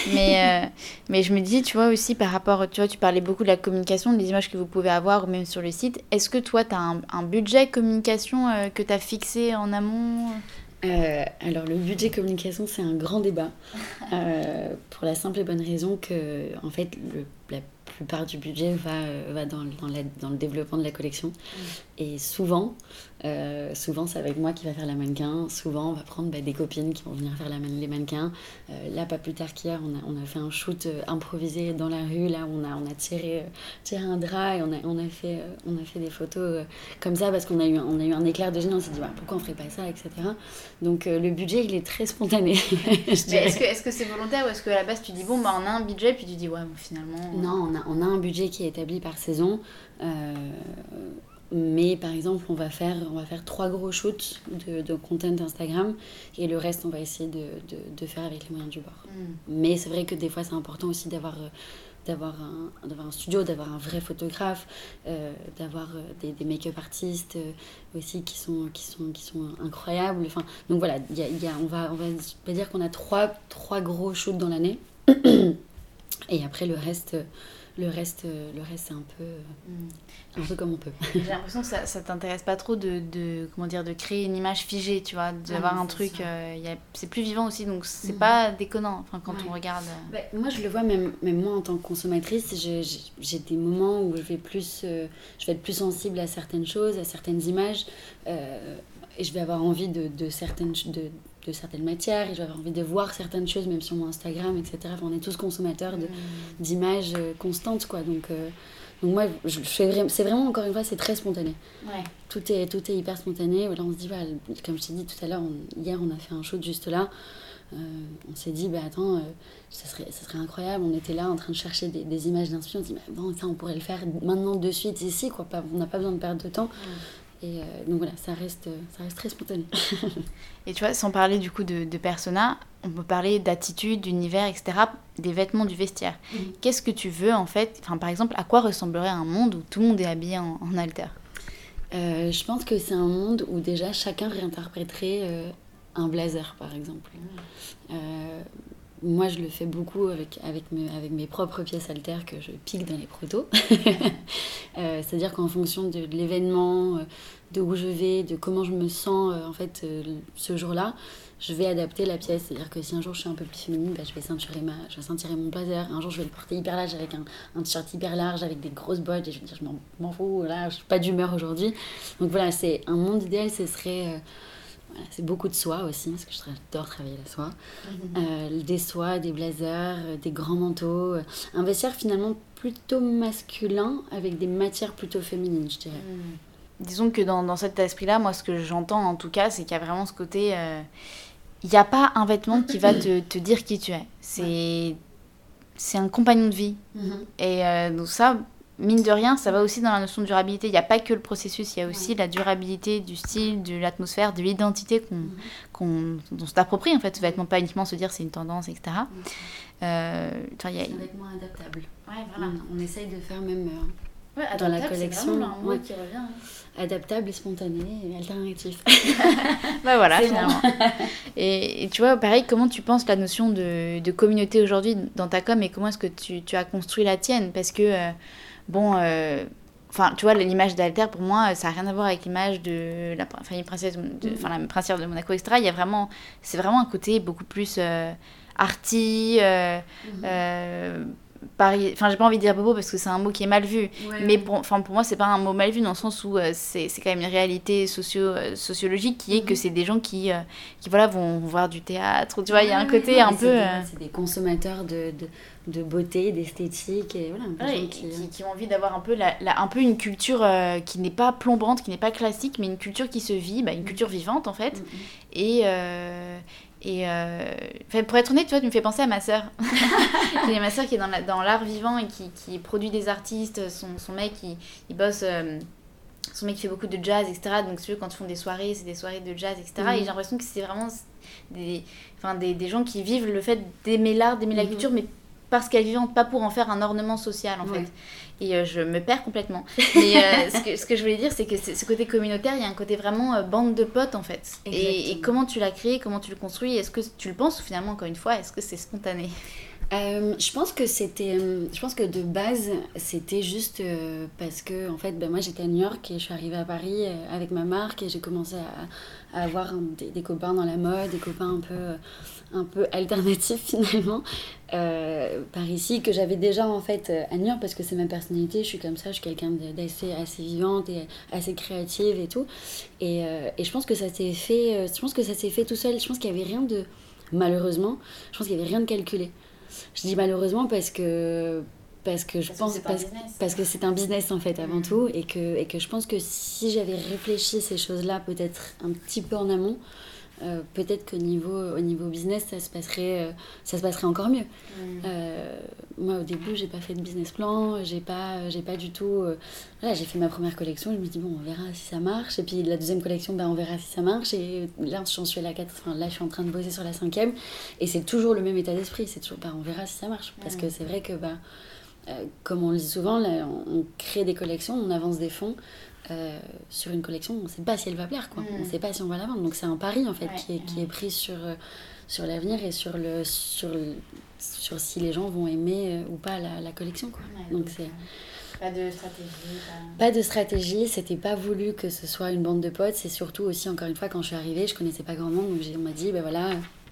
Mais je me dis, tu vois, aussi, par rapport... Tu vois, tu parlais beaucoup de la communication, des images que vous pouvez avoir, ou même sur le site. Est-ce que toi, tu as un budget communication que tu as fixé en amont ? Alors, le budget communication, c'est un grand débat. Pour la simple et bonne raison que, en fait, la plupart du budget va dans le développement de la collection. Et souvent, c'est avec moi qui va faire la mannequin. Souvent, on va prendre des copines qui vont venir faire les mannequins. Là, pas plus tard qu'hier, on a fait un shoot improvisé dans la rue. Là, on a tiré un drap, et on a fait des photos comme ça, parce qu'on a eu un éclair de génie. On s'est dit, pourquoi on ferait pas ça, etc. Donc, le budget, il est très spontané. Est-ce que c'est volontaire, ou est-ce qu'à la base, tu dis, on a un budget, puis tu dis, finalement... Non, on a un budget qui est établi par saison. Mais par exemple, on va faire 3 gros shoots de content Instagram, et le reste, on va essayer de faire avec les moyens du bord. Mais c'est vrai que des fois, c'est important aussi d'avoir un studio, d'avoir un vrai photographe, d'avoir des make-up artistes aussi qui sont incroyables. Enfin, donc voilà, on va pas dire qu'on a 3 gros shoots dans l'année. Et après, le reste c'est un peu comme on peut. J'ai l'impression que ça t'intéresse pas trop de créer une image figée, tu vois, d'avoir un truc, c'est plus vivant aussi, donc c'est pas déconnant, quand on regarde. Moi, je le vois, même moi en tant que consommatrice, j'ai des moments où je vais être plus sensible à certaines choses, à certaines images, et je vais avoir envie de certaines matières, et je vais avoir envie de voir certaines choses, même sur mon Instagram, etc. On est tous consommateurs d'images constantes, quoi. Donc moi, c'est vraiment, encore une fois, c'est très spontané. Ouais. Tout est hyper spontané. Voilà, on se dit, voilà, comme je t'ai dit tout à l'heure, hier, on a fait un shoot juste là. On s'est dit, attends, ça serait incroyable. On était là en train de chercher des images d'inspiration. On s'est dit, bon, ça, on pourrait le faire maintenant de suite ici, quoi. On n'a pas besoin de perdre de temps. Et donc voilà, ça reste très spontané. Et tu vois, sans parler du coup de persona, on peut parler d'attitude, d'univers, etc., des vêtements, du vestiaire. Qu'est-ce que tu veux en fait, enfin, par exemple, à quoi ressemblerait un monde où tout le monde est habillé en halter? Je pense que c'est un monde où déjà chacun réinterpréterait un blazer, par exemple. Moi, je le fais beaucoup avec mes propres pièces halter que je pique dans les protos. C'est-à-dire qu'en fonction de l'événement, de où je vais, de comment je me sens ce jour-là, je vais adapter la pièce. C'est-à-dire que si un jour je suis un peu plus féminine, je vais ceinturer mon blazer. Un jour, je vais le porter hyper large avec un t-shirt hyper large, avec des grosses bottes. Et je vais dire, je m'en fous, là, je suis pas d'humeur aujourd'hui. Donc voilà, c'est un monde idéal, ce serait... Voilà, c'est beaucoup de soie aussi, parce que j'adore travailler la soie. Des soies, des blazers, des grands manteaux. Un vestiaire finalement plutôt masculin, avec des matières plutôt féminines, je dirais. Disons que dans cet esprit-là, moi, ce que j'entends en tout cas, c'est qu'il y a vraiment ce côté... Il n'y a pas un vêtement qui va te dire qui tu es. C'est un compagnon de vie. Et donc ça... Mine de rien, ça va aussi dans la notion de durabilité. Il n'y a pas que le processus, il y a aussi la durabilité du style, de l'atmosphère, de l'identité dont on s'approprie en fait. Ce vêtement, pas uniquement se dire c'est une tendance, etc. C'est un vêtement adaptable. Ouais, voilà. On essaye de faire même dans la collection. C'est vraiment un mot qui revient. Adaptable et spontané et alternatif. Voilà, finalement. Et tu vois, pareil, comment tu penses la notion de communauté aujourd'hui dans ta com et comment est-ce que tu as construit la tienne? Parce que... Enfin, tu vois, l'image d'Alter, pour moi, ça n'a rien à voir avec l'image de la princesse la princière de Monaco, etc. C'est vraiment un côté beaucoup plus arty, j'ai pas envie de dire bobo parce que c'est un mot qui est mal vu, mais pour moi, c'est pas un mot mal vu dans le sens où c'est quand même une réalité sociologique qui est que c'est des gens qui voilà, vont voir du théâtre, tu vois, il y a un côté un peu... C'est des consommateurs de beauté, d'esthétique, et voilà, qui ont envie d'avoir un peu une culture qui n'est pas plombante, qui n'est pas classique, mais une culture qui se vit, une culture vivante en fait. Pour être honnête, tu vois, tu me fais penser à ma sœur. J'ai ma sœur qui est dans l'art vivant et qui produit des artistes. Son mec, il bosse... son mec fait beaucoup de jazz, etc. Donc, tu vois, quand ils font des soirées, c'est des soirées de jazz, etc. Et j'ai l'impression que c'est vraiment des gens qui vivent le fait d'aimer l'art, d'aimer la culture, mais parce qu'elle est vivante, pas pour en faire un ornement social, en fait. Et je me perds complètement. Mais ce que je voulais dire, c'est que ce côté communautaire, il y a un côté vraiment bande de potes, en fait. Et comment tu l'as créé, comment tu le construis? Est-ce que tu le penses, ou finalement, encore une fois, est-ce que c'est spontané? Je pense que de base, c'était juste parce que, en fait, moi j'étais à New York et je suis arrivée à Paris avec ma marque et j'ai commencé à avoir des copains dans la mode, des copains un peu alternatifs finalement, par ici, que j'avais déjà en fait à New York parce que c'est ma personnalité, je suis comme ça, je suis quelqu'un assez vivante et assez créative et tout. Et je pense que ça s'est fait, tout seul. Je pense qu'il n'y avait rien de, malheureusement, je pense qu'il n'y avait rien de calculé. Je dis malheureusement parce que c'est un business en fait avant tout et que je pense que si j'avais réfléchi ces choses-là peut-être un petit peu en amont, peut-être qu'au niveau business ça se passerait encore mieux. Moi au début j'ai pas fait de business plan, j'ai pas du tout voilà, j'ai fait ma première collection, je me dis bon on verra si ça marche, et puis la deuxième collection on verra si ça marche, et là j'en suis à la 4, là je suis en train de bosser sur la 5e et c'est toujours le même état d'esprit, c'est toujours on verra si ça marche, parce que c'est vrai que comme on le dit souvent, là, on crée des collections, on avance des fonds sur une collection, on ne sait pas si elle va plaire, quoi. On ne sait pas si on va la vendre, donc c'est un pari en fait qui est pris sur l'avenir et sur si les gens vont aimer ou pas la collection, quoi. Donc c'est pas de stratégie, c'était pas voulu que ce soit une bande de potes, c'est surtout aussi, encore une fois, quand je suis arrivée, je connaissais pas grand monde, donc on m'a dit voilà,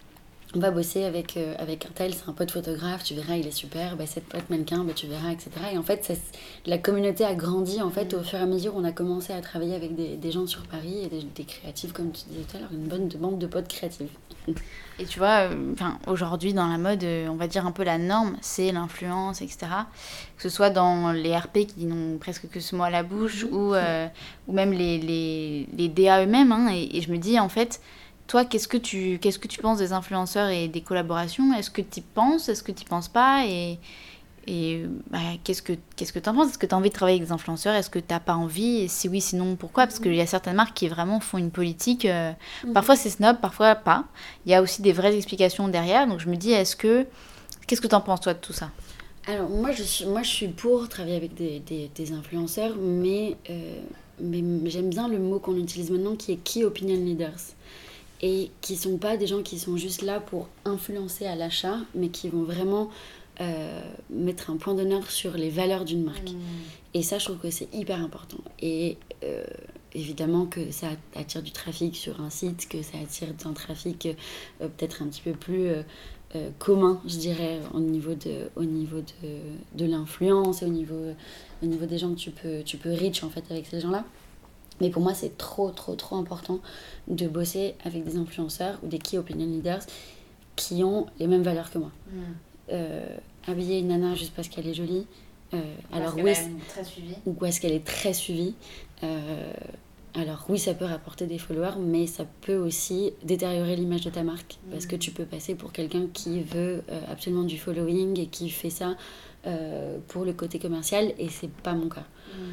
on va bosser avec un tel, c'est un pote photographe, tu verras, il est super, cette pote mannequin, tu verras, etc. Et en fait, la communauté a grandi en fait au fur et à mesure où on a commencé à travailler avec des gens sur Paris et des créatifs, comme tu disais tout à l'heure, une bonne bande de potes créatifs. Et tu vois, aujourd'hui dans la mode, on va dire un peu la norme, c'est l'influence, etc. Que ce soit dans les RP qui n'ont presque que ce mot à la bouche, ou même les DA eux-mêmes. Hein, et je me dis, en fait, toi, qu'est-ce que tu penses des influenceurs et des collaborations ? Est-ce que tu y penses ? Est-ce que tu y penses pas ? Qu'est-ce que tu en penses ? Est-ce que tu as envie de travailler avec des influenceurs ? Est-ce que tu n'as pas envie ? Et si oui, sinon, pourquoi ? Parce qu'il y a certaines marques qui vraiment font une politique. Parfois, c'est snob, parfois pas. Il y a aussi des vraies explications derrière. Donc, je me dis, qu'est-ce que tu en penses, toi, de tout ça ? Alors, moi, je suis pour travailler avec des influenceurs, mais j'aime bien le mot qu'on utilise maintenant qui est Key Opinion Leaders. Et qui ne sont pas des gens qui sont juste là pour influencer à l'achat, mais qui vont vraiment mettre un point d'honneur sur les valeurs d'une marque. Et ça, je trouve que c'est hyper important. Et évidemment que ça attire du trafic sur un site, que ça attire un trafic peut-être un petit peu plus commun, je dirais, au niveau de l'influence, au niveau des gens que tu peux reach en fait avec ces gens-là. Mais pour moi, c'est trop important de bosser avec des influenceurs ou des key opinion leaders qui ont les mêmes valeurs que moi. Habiller une nana juste parce qu'elle est jolie, alors oui, très suivie. Ou parce qu'elle est très suivie, alors oui, ça peut rapporter des followers, mais ça peut aussi détériorer l'image de ta marque, parce que tu peux passer pour quelqu'un qui veut absolument du following et qui fait ça pour le côté commercial, et c'est pas mon cas.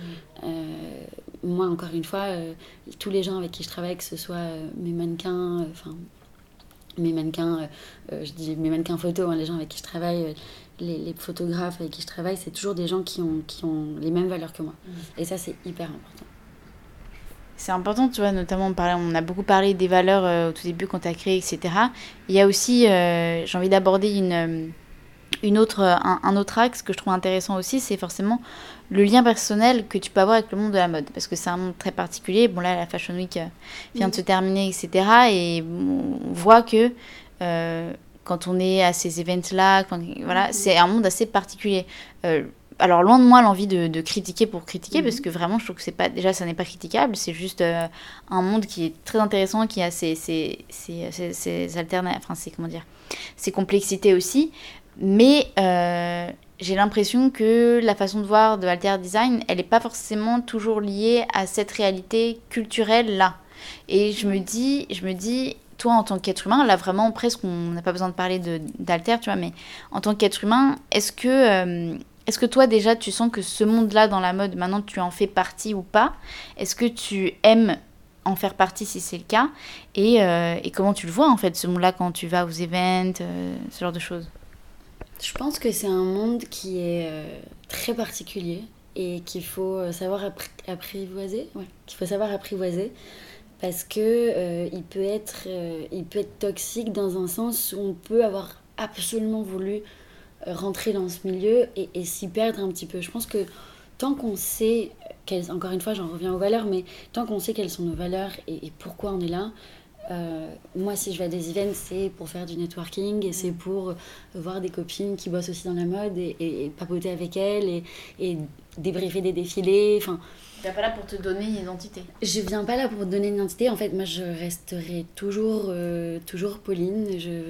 Moi, encore une fois, tous les gens avec qui je travaille, que ce soit mes mannequins, je dis mes mannequins photos, les gens avec qui je travaille, les photographes avec qui je travaille, c'est toujours des gens qui ont les mêmes valeurs que moi. Et ça, c'est hyper important. C'est important, tu vois, notamment on a beaucoup parlé des valeurs au tout début quand tu as créé, etc. Il y a aussi, j'ai envie d'aborder un autre axe que je trouve intéressant aussi, c'est forcément le lien personnel que tu peux avoir avec le monde de la mode, parce que c'est un monde très particulier. Bon, là, la Fashion Week vient de se terminer, etc. Et on voit que quand on est à ces events-là, voilà, c'est un monde assez particulier. Alors, loin de moi l'envie de critiquer pour critiquer, parce que vraiment, je trouve que c'est pas, déjà, ça n'est pas critiquable, c'est juste un monde qui est très intéressant, qui a ses alternatives, enfin, ses complexités aussi. Mais j'ai l'impression que la façon de voir de Alter Design, elle n'est pas forcément toujours liée à cette réalité culturelle-là. Et je me dis, toi, en tant qu'être humain, là, vraiment, presque, on n'a pas besoin de parler d'Alter, tu vois, mais en tant qu'être humain, est-ce que toi, déjà, tu sens que ce monde-là, dans la mode, maintenant, tu en fais partie ou pas ? Est-ce que tu aimes en faire partie, si c'est le cas ? Et comment tu le vois, en fait, ce monde-là, quand tu vas aux events, ce genre de choses ? Je pense que c'est un monde qui est très particulier et qu'il faut savoir apprivoiser. Ouais, qu'il faut savoir apprivoiser, parce que il peut être toxique dans un sens où on peut avoir absolument voulu rentrer dans ce milieu et s'y perdre un petit peu. Je pense que tant qu'on sait, encore une fois j'en reviens aux valeurs, mais tant qu'on sait quelles sont nos valeurs et pourquoi on est là, moi, si je vais à des events, c'est pour faire du networking et c'est pour voir des copines qui bossent aussi dans la mode et papoter avec elles et débriefer des défilés. Enfin, tu viens pas là pour te donner une identité. Je viens pas là pour te donner une identité. En fait, moi, je resterai toujours Pauline.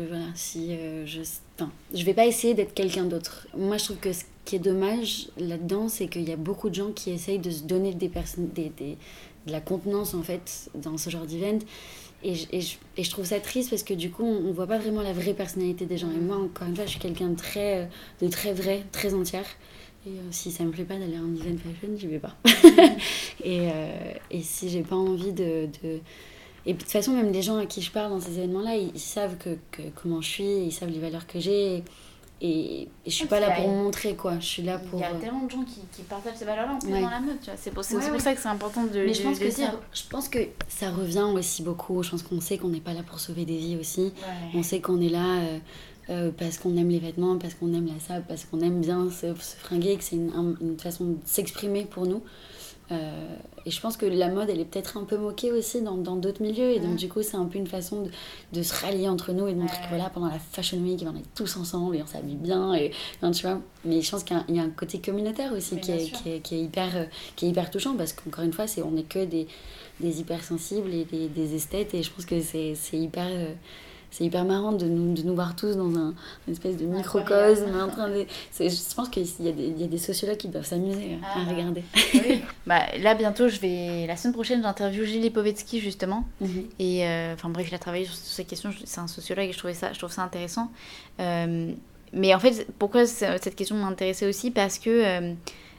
Je vais pas essayer d'être quelqu'un d'autre. Moi, je trouve que ce qui est dommage là-dedans, c'est qu'il y a beaucoup de gens qui essayent de se donner de la contenance, en fait, dans ce genre d'event. Et je trouve ça triste, parce que du coup, on voit pas vraiment la vraie personnalité des gens. Et moi, encore une fois, je suis quelqu'un de très vrai, très entière. Et si ça me plaît pas d'aller à un event fashion, j'y vais pas. Et si j'ai pas envie de... Et de toute façon, même les gens à qui je parle dans ces événements-là, ils savent comment je suis, ils savent les valeurs que j'ai. Et je suis pas là pour montrer, quoi. Je suis là pour... Il y a tellement de gens qui partagent ces valeurs-là en plus dans la mode, tu vois. C'est pour ça que c'est important de Mais je pense que ça revient aussi beaucoup. Je pense qu'on sait qu'on n'est pas là pour sauver des vies aussi. Ouais. On sait qu'on est là parce qu'on aime les vêtements, parce qu'on aime la sable, parce qu'on aime bien se fringuer, que c'est une façon de s'exprimer pour nous. Et je pense que la mode, elle est peut-être un peu moquée aussi dans d'autres milieux. Et donc, du coup, c'est un peu une façon de se rallier entre nous et de montrer que voilà, pendant la Fashion Week, on est tous ensemble et on s'habille bien. Et, enfin, tu vois, mais je pense qu'il y a un côté communautaire aussi qui est hyper touchant parce qu'encore une fois, on n'est que des hypersensibles et des esthètes. Et je pense que c'est hyper marrant de nous voir tous dans une espèce de microcosme en train de... Je pense qu'il y a des sociologues qui doivent s'amuser à regarder. Oui. Là, bientôt, la semaine prochaine, j'interviewe Gilles Lipovetsky, justement. Et bref, il a travaillé sur ces questions. C'est un sociologue et je trouve ça intéressant. Mais en fait, pourquoi cette question m'intéressait aussi? Parce que...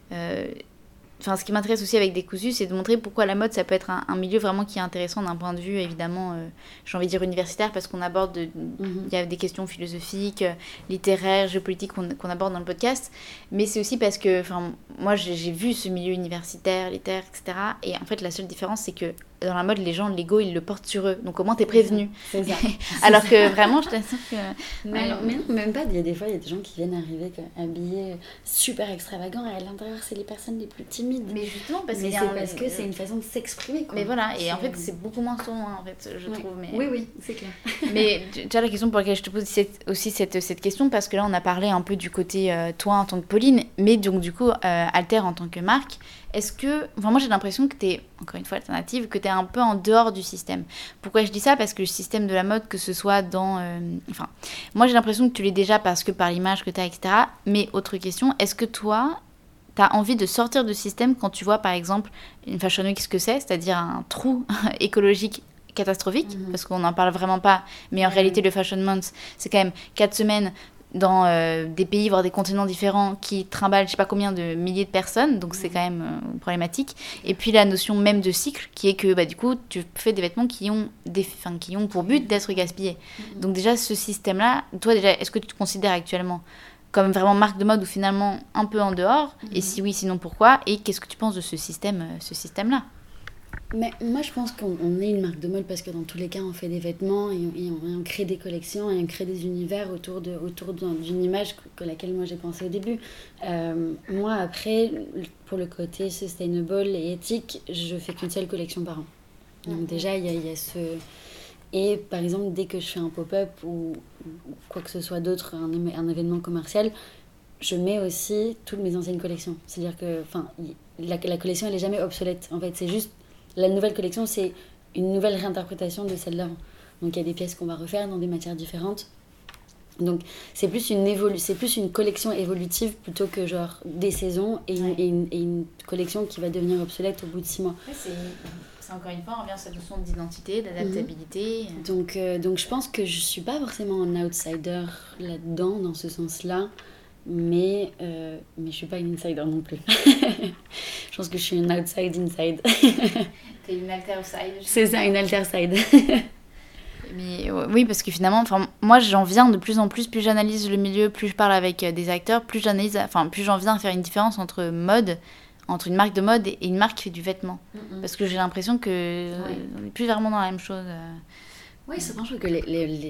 ce qui m'intéresse aussi avec Décousu, c'est de montrer pourquoi la mode, ça peut être un milieu vraiment qui est intéressant d'un point de vue, évidemment, j'ai envie de dire universitaire, parce qu'on aborde, il y a des questions philosophiques, littéraires, géopolitiques qu'on aborde dans le podcast, mais c'est aussi parce que, moi, j'ai vu ce milieu universitaire, littéraire, etc. Et en fait, la seule différence, c'est que dans la mode, les gens, l'ego, ils le portent sur eux. Donc, au moins, t'es prévenu. C'est ça. Alors que vraiment, je t'assure que... Mais non, même pas. Il y a des fois, il y a des gens qui viennent arriver habillés super extravagants. Et à l'intérieur, c'est les personnes les plus timides. Mais justement, parce que c'est une façon de s'exprimer. Quoi. Mais voilà, et en fait, c'est beaucoup moins son, en fait, je trouve. Mais... Oui, c'est clair. Mais tu as la question pour laquelle je te pose aussi cette question, parce que là, on a parlé un peu du côté toi en tant que Pauline, mais donc, du coup, Alter en tant que marque. Est-ce que... moi, j'ai l'impression que t'es, encore une fois, alternative, que t'es un peu en dehors du système. Pourquoi je dis ça? Parce que le système de la mode, que ce soit dans... moi, j'ai l'impression que tu l'es déjà parce que par l'image que t'as, etc. Mais autre question, est-ce que toi, t'as envie de sortir du système quand tu vois, par exemple, une Fashion Week, ce que c'est-à-dire un trou écologique catastrophique, parce qu'on n'en parle vraiment pas, mais en réalité, le Fashion Month, c'est quand même 4 semaines... dans des pays, voire des continents différents, qui trimballent je sais pas combien de milliers de personnes, donc c'est quand même problématique. Et puis la notion même de cycle, qui est que du coup tu fais des vêtements qui ont pour but d'être gaspillés. Donc déjà ce système-là, toi déjà, est-ce que tu te considères actuellement comme vraiment marque de mode ou finalement un peu en dehors? Et si oui, sinon pourquoi? Et qu'est-ce que tu penses de ce système-là? Mais moi, je pense qu'on est une marque de mode parce que dans tous les cas, on fait des vêtements et on crée des collections et on crée des univers autour d'une image que laquelle moi j'ai pensé au début. Moi, après, pour le côté sustainable et éthique, je fais qu'une seule collection par an. Donc déjà, il y a ce... Et par exemple, dès que je fais un pop-up ou quoi que ce soit d'autre, un événement commercial, je mets aussi toutes mes anciennes collections. C'est-à-dire que la collection, elle n'est jamais obsolète. En fait, c'est juste... La nouvelle collection, c'est une nouvelle réinterprétation de celle d'avant. Donc, il y a des pièces qu'on va refaire dans des matières différentes. Donc, c'est plus une collection évolutive plutôt que genre des saisons et une collection qui va devenir obsolète au bout de 6 mois. Ouais, c'est encore une fois, on revient à cette notion d'identité, d'adaptabilité. Donc, je pense que je ne suis pas forcément un outsider là-dedans, dans ce sens-là. Mais je ne suis pas une insider non plus. Je pense que je suis une outside inside. T'es une alter-side. C'est ça, une alter-side. Mais oui, parce que finalement, moi j'en viens de plus en plus, plus j'analyse le milieu, plus je parle avec des acteurs, plus j'en viens à faire une différence entre une marque de mode et une marque qui fait du vêtement. Parce que j'ai l'impression que on n'est plus vraiment dans la même chose. Oui, c'est franchement que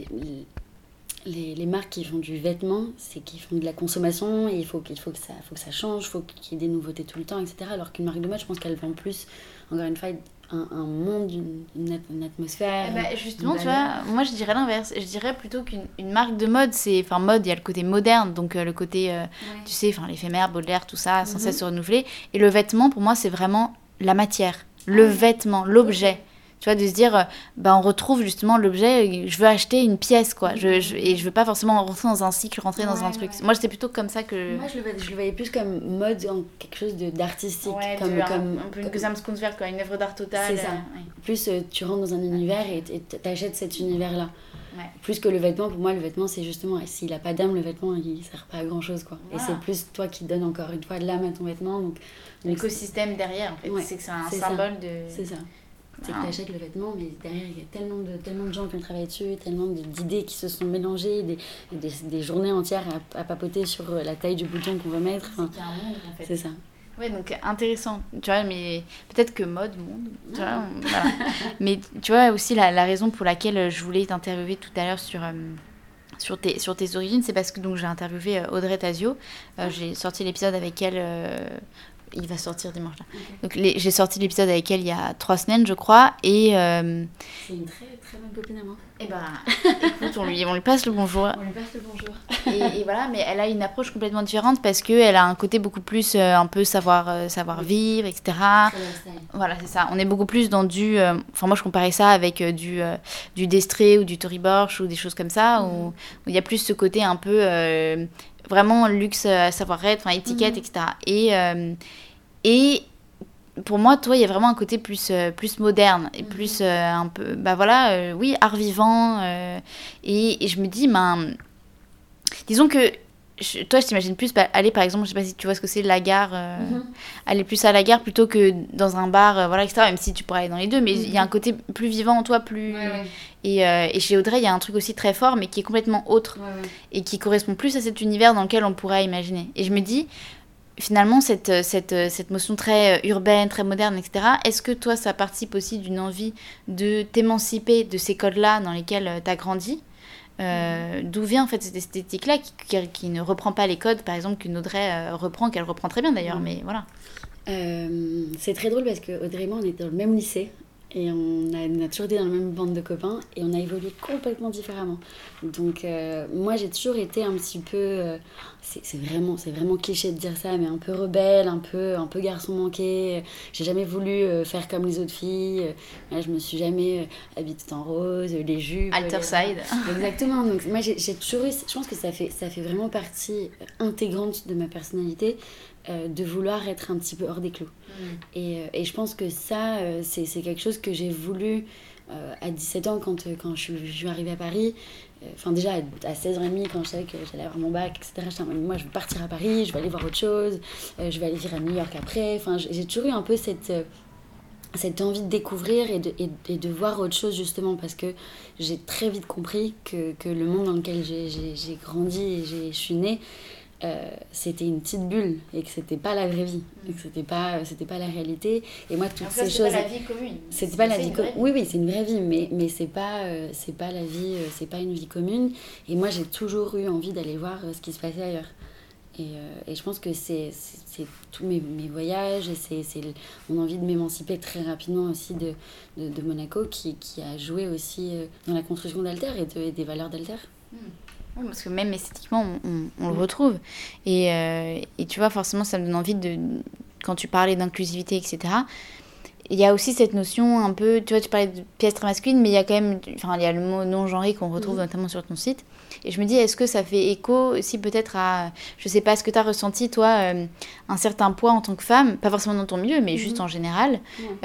les marques qui font du vêtement, c'est qu'ils font de la consommation et il faut que ça change, il faut qu'il y ait des nouveautés tout le temps, etc. Alors qu'une marque de mode, je pense qu'elle vend plus, encore une fois, un monde, une atmosphère. Justement, tu vois, moi je dirais l'inverse. Je dirais plutôt qu'une marque de mode, mode, il y a le côté moderne, donc le côté, tu sais, l'éphémère, Baudelaire, tout ça, sans cesse se renouveler. Et le vêtement, pour moi, c'est vraiment la matière, le vêtement, l'objet. Tu vois, de se dire, on retrouve justement l'objet, je veux acheter une pièce, quoi. Et je veux pas forcément rentrer dans un cycle, rentrer dans un truc. Moi, c'était plutôt comme ça que... Moi, je le voyais plus comme mode, en quelque chose d'artistique. Un peu une Gesamtkunstwerk, quoi, une œuvre d'art totale. C'est ça. Plus tu rentres dans un univers et t'achètes cet univers-là. Ouais. Plus que le vêtement, pour moi, le vêtement, c'est justement, s'il a pas d'âme, le vêtement, il sert pas à grand-chose, quoi. Et c'est plus toi qui donnes encore une fois de l'âme à ton vêtement. Donc l'écosystème derrière, en fait. Ouais. C'est que c'est un symbole de... C'est ça. C'est que tu achètes le vêtement, mais derrière, il y a tellement de gens qui ont travaillé dessus, tellement d'idées qui se sont mélangées, des journées entières à papoter sur la taille du bouton qu'on va mettre. C'est qu'il y a un monde, en fait. C'est ça. Ouais, donc intéressant. Tu vois, mais peut-être que monde, tu vois, voilà. Mais tu vois, aussi, la raison pour laquelle je voulais t'interviewer tout à l'heure sur tes origines, c'est parce que donc, j'ai interviewé Audrey Tazio. J'ai sorti l'épisode avec elle... Il va sortir dimanche là. Okay. Donc j'ai sorti l'épisode avec elle il y a 3 semaines je crois et c'est une très très bonne copine à moi. Et écoute, on lui passe le bonjour. On lui passe le bonjour. et voilà, mais elle a une approche complètement différente parce qu'elle a un côté beaucoup plus un peu savoir vivre, etc. Voilà, c'est ça. On est beaucoup plus dans du... moi je comparais ça avec du Destré ou du Tory Burch ou des choses comme ça où il y a plus ce côté un peu vraiment luxe, savoir-être, étiquette, etc. Et pour moi, toi, il y a vraiment un côté plus moderne et plus un peu, oui, art vivant. Et je me dis, disons que toi, je t'imagine plus aller, par exemple, je sais pas si tu vois ce que c'est, la gare, aller plus à la gare plutôt que dans un bar, etc. Même si tu pourrais aller dans les deux, mais il y a un côté plus vivant en toi, plus... Ouais. Et chez Audrey, il y a un truc aussi très fort, mais qui est complètement autre et qui correspond plus à cet univers dans lequel on pourrait imaginer. Et je me dis... Finalement, cette notion très urbaine, très moderne, etc., est-ce que toi, ça participe aussi d'une envie de t'émanciper de ces codes-là dans lesquels tu as grandi D'où vient en fait cette esthétique-là qui ne reprend pas les codes, par exemple, qu'une Audrey reprend, qu'elle reprend très bien d'ailleurs, mais voilà. C'est très drôle parce que Audrey et moi, on était dans le même lycée. Et on a toujours été dans la même bande de copains et on a évolué complètement différemment. Donc moi j'ai toujours été un petit peu, c'est vraiment cliché de dire ça, mais un peu rebelle, un peu garçon manqué. J'ai jamais voulu faire comme les autres filles. Je me suis jamais habillée toute en rose, les jupes. Alterside. Exactement. Donc moi j'ai toujours eu, je pense que ça fait vraiment partie intégrante de ma personnalité. De vouloir être un petit peu hors des clous. Et je pense que ça, c'est quelque chose que j'ai voulu à 17 ans quand je suis arrivée à Paris. Déjà à 16h30, quand je savais que j'allais avoir mon bac, etc. Je disais, moi je veux partir à Paris, je vais aller voir autre chose, je vais aller vivre à New York après. J'ai toujours eu un peu cette envie de découvrir et de voir autre chose, justement, parce que j'ai très vite compris que le monde dans lequel j'ai grandi et je suis née, c'était une petite bulle et que c'était pas la vraie vie et que c'était pas la réalité. Et moi toutes ces choses, c'était pas la vie commune, c'était pas la vie commune. Oui, c'est une vraie vie, mais c'est pas la vie, c'est pas une vie commune. Et moi j'ai toujours eu envie d'aller voir ce qui se passait ailleurs. Et je pense que c'est tous mes voyages et c'est mon envie de m'émanciper très rapidement aussi de Monaco qui a joué aussi dans la construction d'Alter et des valeurs d'Alter. Oui, parce que même esthétiquement, on le retrouve. Et tu vois, forcément, ça me donne envie de... Quand tu parlais d'inclusivité, etc., il y a aussi cette notion un peu... Tu vois, tu parlais de pièces très masculines, mais il y a quand même... il y a le mot non-genré qu'on retrouve notamment sur ton site. Et je me dis, est-ce que ça fait écho aussi peut-être à... Je sais pas, est-ce que tu as ressenti, toi, un certain poids en tant que femme, pas forcément dans ton milieu, mais juste en général,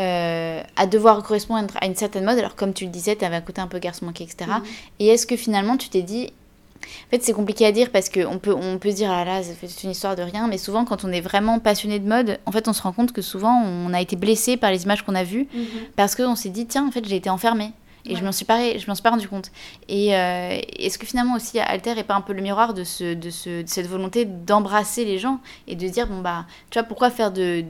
à devoir correspondre à une certaine mode. Alors, comme tu le disais, tu avais un côté un peu garçon manqué, etc. Et est-ce que finalement, tu t'es dit... En fait, c'est compliqué à dire parce qu'on peut se dire, ah là, c'est une histoire de rien, mais souvent, quand on est vraiment passionné de mode, en fait, on se rend compte que souvent, on a été blessé par les images qu'on a vues parce qu'on s'est dit, tiens, en fait, j'ai été enfermée. Et je m'en suis pas rendu compte. Et est-ce que finalement aussi, Alter est pas un peu le miroir de cette volonté d'embrasser les gens et de dire, tu vois, pourquoi faire de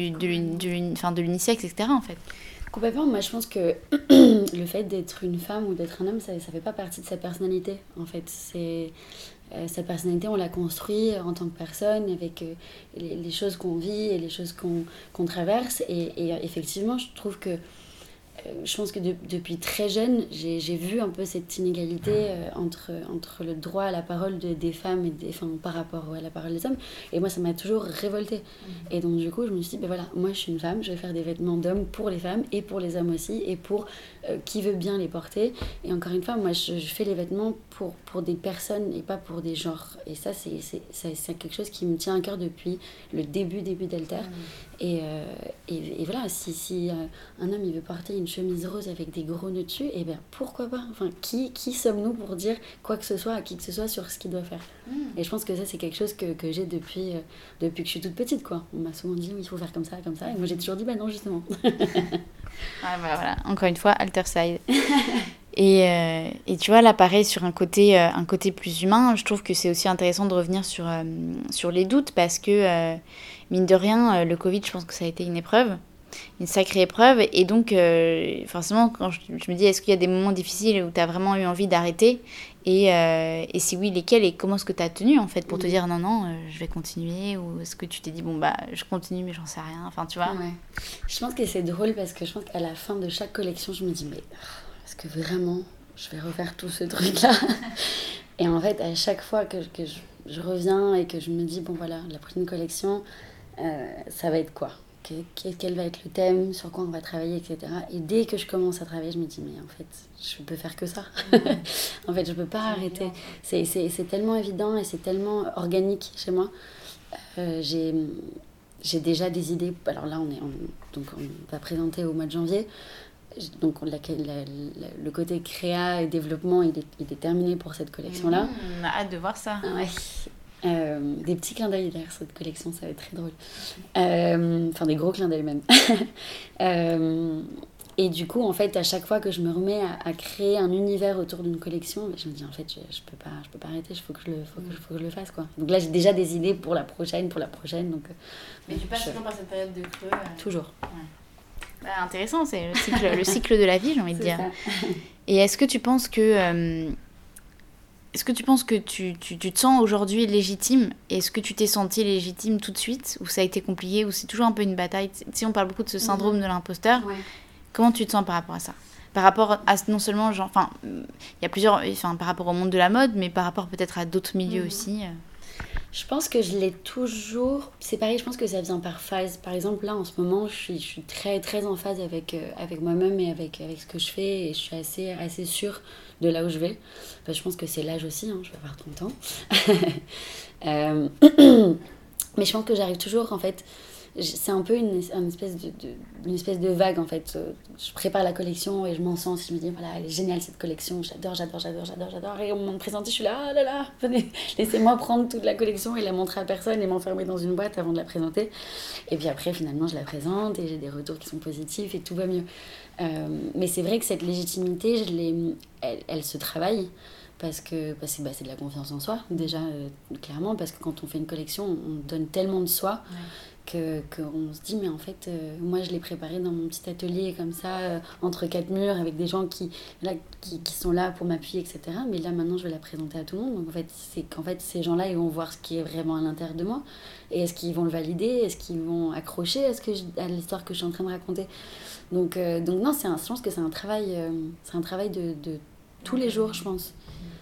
l'unisexe, etc., en fait. Complètement, moi je pense que le fait d'être une femme ou d'être un homme, ça fait pas partie de sa personnalité, en fait. Sa personnalité, on la construit en tant que personne, avec les choses qu'on vit et les choses qu'on traverse. Et effectivement, je trouve que je pense que depuis très jeune, j'ai vu un peu cette inégalité entre le droit à la parole des femmes par rapport à la parole des hommes. Et moi, ça m'a toujours révoltée. Et donc, du coup, je me suis dit, voilà, moi, je suis une femme, je vais faire des vêtements d'hommes pour les femmes et pour les hommes aussi, et pour qui veut bien les porter. Et encore une fois, moi, je fais les vêtements pour des personnes et pas pour des genres. Et ça, c'est quelque chose qui me tient à cœur depuis le début d'Alter. Et voilà, si un homme il veut porter une chemise rose avec des gros nœuds dessus, et bien pourquoi pas, qui sommes-nous pour dire quoi que ce soit à qui que ce soit sur ce qu'il doit faire. Et je pense que ça c'est quelque chose que j'ai depuis que je suis toute petite, quoi. On m'a souvent dit, oui, il faut faire comme ça, et moi j'ai toujours dit, non, justement. Voilà, encore une fois, Alterside. Et tu vois, là, pareil, sur un côté plus humain, je trouve que c'est aussi intéressant de revenir sur les doutes parce que, mine de rien, le Covid, je pense que ça a été une épreuve, une sacrée épreuve. Et donc, forcément, quand je me dis, est-ce qu'il y a des moments difficiles où tu as vraiment eu envie d'arrêter Et si oui, lesquels et comment est-ce que tu as tenu en fait pour te dire non, je vais continuer, ou est-ce que tu t'es dit je continue mais j'en sais rien, enfin tu vois. Ouais. Je pense que c'est drôle parce que je pense qu'à la fin de chaque collection, je me dis mais est-ce que vraiment je vais refaire tout ce truc-là? Et en fait, à chaque fois que je reviens et que je me dis bon voilà, la prochaine collection, ça va être quoi? Quel va être le thème, sur quoi on va travailler, etc. Et dès que je commence à travailler, je me dis, mais en fait, je peux faire que ça. En fait, je peux pas arrêter. C'est tellement évident et c'est tellement organique chez moi. J'ai déjà des idées. Alors là, donc on va présenter au mois de janvier. Donc le côté créa et développement, il est terminé pour cette collection-là. On a hâte de voir ça. Ouais. Des petits clins d'œil derrière cette collection, ça va être très drôle. Enfin, des gros clins d'œil même. Et du coup, en fait, à chaque fois que je me remets à créer un univers autour d'une collection, je me dis, en fait, je peux pas arrêter, il faut que je le fasse, quoi. Donc là, j'ai déjà des idées pour la prochaine. Donc, mais tu passes toujours par cette période de creux Toujours. Ouais. Intéressant, c'est le cycle de la vie, j'ai envie de dire. Ça. Et est-ce que tu penses que... tu te sens aujourd'hui légitime? Est-ce que tu t'es sentie légitime tout de suite? Ou ça a été compliqué? Ou c'est toujours un peu une bataille? Si on parle beaucoup de ce syndrome de l'imposteur, comment tu te sens par rapport à ça? Par rapport à non seulement, il y a plusieurs... par rapport au monde de la mode, mais par rapport peut-être à d'autres milieux aussi. Je pense que je l'ai toujours... C'est pareil, je pense que ça vient par phase. Par exemple, là, en ce moment, je suis très, très en phase avec moi-même et avec ce que je fais. Et je suis assez sûre de là où je vais. Enfin, je pense que c'est l'âge aussi, je vais avoir 30 ans. Mais je pense que j'arrive toujours, en fait... C'est un peu une espèce de vague, en fait. Je prépare la collection et je m'en sens. Je me dis, voilà, elle est géniale cette collection. J'adore. Et au moment de présenter, je suis là, ah là là, venez, laissez-moi prendre toute la collection et la montrer à personne et m'enfermer dans une boîte avant de la présenter. Et puis après, finalement, je la présente et j'ai des retours qui sont positifs et tout va mieux. Mais c'est vrai que cette légitimité, elle se travaille. Parce que c'est de la confiance en soi, déjà, clairement. Parce que quand on fait une collection, on donne tellement de soi. Qu'on se dit, mais en fait, moi je l'ai préparé dans mon petit atelier comme ça, entre 4 murs, avec des gens qui sont là pour m'appuyer, etc. Mais là, maintenant, je vais la présenter à tout le monde. Donc, en fait, ces gens-là, ils vont voir ce qui est vraiment à l'intérieur de moi. Et est-ce qu'ils vont le valider? Est-ce qu'ils vont accrocher à l'histoire que je suis en train de raconter? Donc non, je pense que c'est un travail de tous les jours, je pense.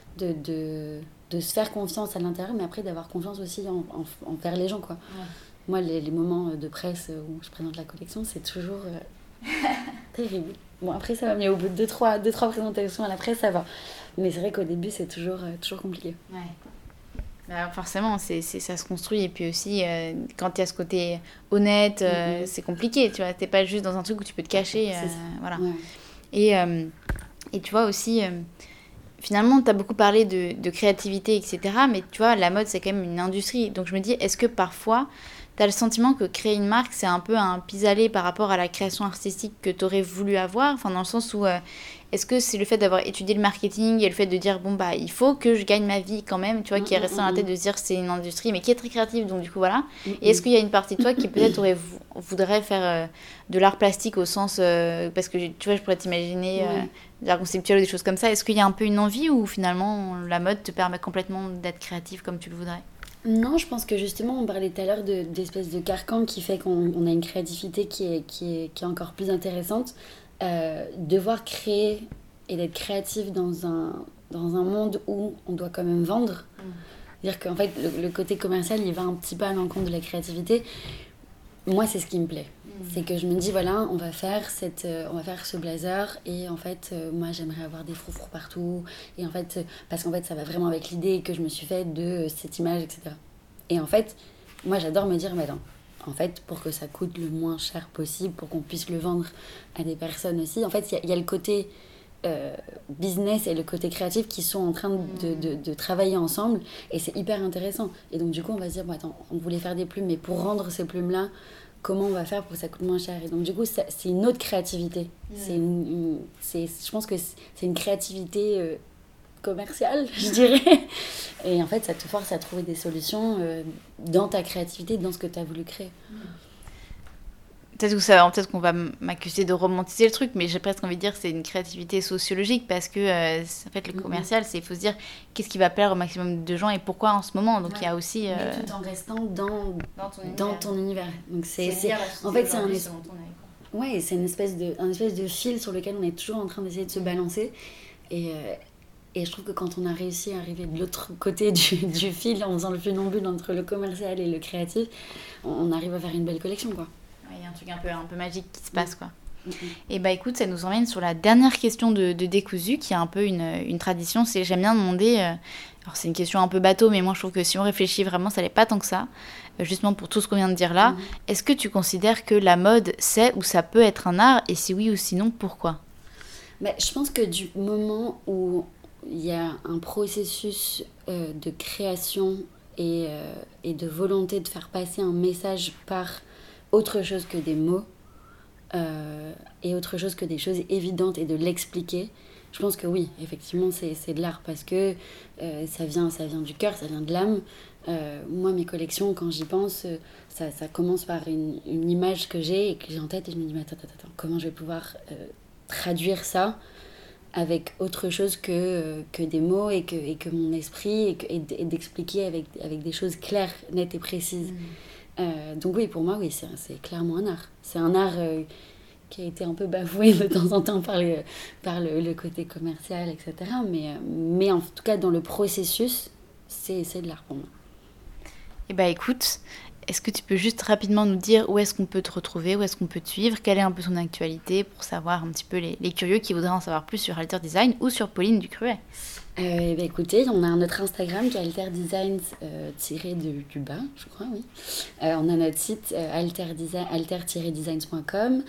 De se faire confiance à l'intérieur, mais après d'avoir confiance aussi envers les gens, quoi. Ouais. Moi, les moments de presse où je présente la collection, c'est toujours terrible. Bon, après, ça va mieux. Au bout de 2-3 présentations à la presse, ça va. Mais c'est vrai qu'au début, c'est toujours compliqué. Ouais. Bah, forcément, ça se construit. Et puis aussi, quand il y a ce côté honnête, c'est compliqué. Tu vois, t'es pas juste dans un truc où tu peux te cacher. Voilà. Ouais. Et tu vois aussi... finalement, tu as beaucoup parlé de créativité, etc. Mais tu vois, la mode, c'est quand même une industrie. Donc je me dis, est-ce que parfois, tu as le sentiment que créer une marque, c'est un peu un pis-aller par rapport à la création artistique que tu aurais voulu avoir? Enfin, dans le sens où, est-ce que c'est le fait d'avoir étudié le marketing et le fait de dire, bon, bah, il faut que je gagne ma vie quand même, tu vois, qui est resté dans la tête de se dire c'est une industrie, mais qui est très créative, donc du coup, voilà. Et est-ce qu'il y a une partie de toi qui peut-être voudrait faire de l'art plastique au sens... parce que, tu vois, je pourrais t'imaginer... de l'art conceptuel ou des choses comme ça. Est-ce qu'il y a un peu une envie ou finalement la mode te permet complètement d'être créative comme tu le voudrais? Non, je pense que justement on parlait tout à l'heure d'espèce de carcan qui fait qu'on a une créativité qui est encore plus intéressante. Devoir créer et d'être créatif dans un monde où on doit quand même vendre. C'est-à-dire qu'en fait le côté commercial il va un petit peu à l'encontre de la créativité. Moi c'est ce qui me plaît. C'est que je me dis, voilà, on va faire ce blazer et en fait, moi, j'aimerais avoir des froufrous partout. Et en fait, parce qu'en fait, ça va vraiment avec l'idée que je me suis faite de cette image, etc. Et en fait, moi, j'adore me dire, mais non, en fait, pour que ça coûte le moins cher possible, pour qu'on puisse le vendre à des personnes aussi. En fait, il y a le côté business et le côté créatif qui sont en train de travailler ensemble. Et c'est hyper intéressant. Et donc, du coup, on va se dire, bon, attends, on voulait faire des plumes, mais pour rendre ces plumes-là, comment on va faire pour que ça coûte moins cher? Et donc du coup c'est une autre créativité. Je pense que c'est une créativité commerciale, je dirais. Et en fait ça te force à trouver des solutions dans ta créativité, dans ce que tu as voulu créer. peut-être qu'on va m'accuser de romantiser le truc, mais j'ai presque envie de dire que c'est une créativité sociologique parce que en fait, le commercial, il faut se dire qu'est-ce qui va plaire au maximum de gens et pourquoi en ce moment. Donc il y a aussi... Mais tout en restant dans ton univers. Donc en fait, c'est c'est une espèce de fil sur lequel on est toujours en train d'essayer de se balancer. Et je trouve que quand on a réussi à arriver de l'autre côté du fil en faisant le funambule entre le commercial et le créatif, on arrive à faire une belle collection, quoi. Il y a un truc un peu magique qui se passe, quoi. Et bah écoute, ça nous emmène sur la dernière question de Décousu, qui est un peu une tradition. J'aime bien demander, alors c'est une question un peu bateau, mais moi je trouve que si on réfléchit vraiment, ça n'est pas tant que ça, justement pour tout ce qu'on vient de dire là. Est-ce que tu considères que la mode, c'est ou ça peut être un art, et si oui ou sinon, pourquoi ? Je pense que du moment où il y a un processus de création et de volonté de faire passer un message par autre chose que des mots et autre chose que des choses évidentes et de l'expliquer, je pense que oui, effectivement, c'est de l'art parce que ça vient du cœur, ça vient de l'âme. Moi, mes collections, quand j'y pense, ça commence par une image que j'ai et que j'ai en tête et je me dis, mais attends, comment je vais pouvoir traduire ça avec autre chose que des mots et que mon esprit et d'expliquer avec des choses claires, nettes et précises. Donc oui, pour moi, oui, c'est clairement un art. C'est un art qui a été un peu bafoué de temps en temps par le côté commercial, etc. Mais en tout cas, dans le processus, c'est de l'art pour moi. Eh bien, écoute, est-ce que tu peux juste rapidement nous dire où est-ce qu'on peut te retrouver, où est-ce qu'on peut te suivre, quelle est un peu son actualité pour savoir un petit peu les curieux qui voudraient en savoir plus sur Alter Design ou sur Pauline Ducruet. Écoutez, on a notre Instagram qui est alterdesigns du bas, je crois, oui. On a notre site alter-designs.com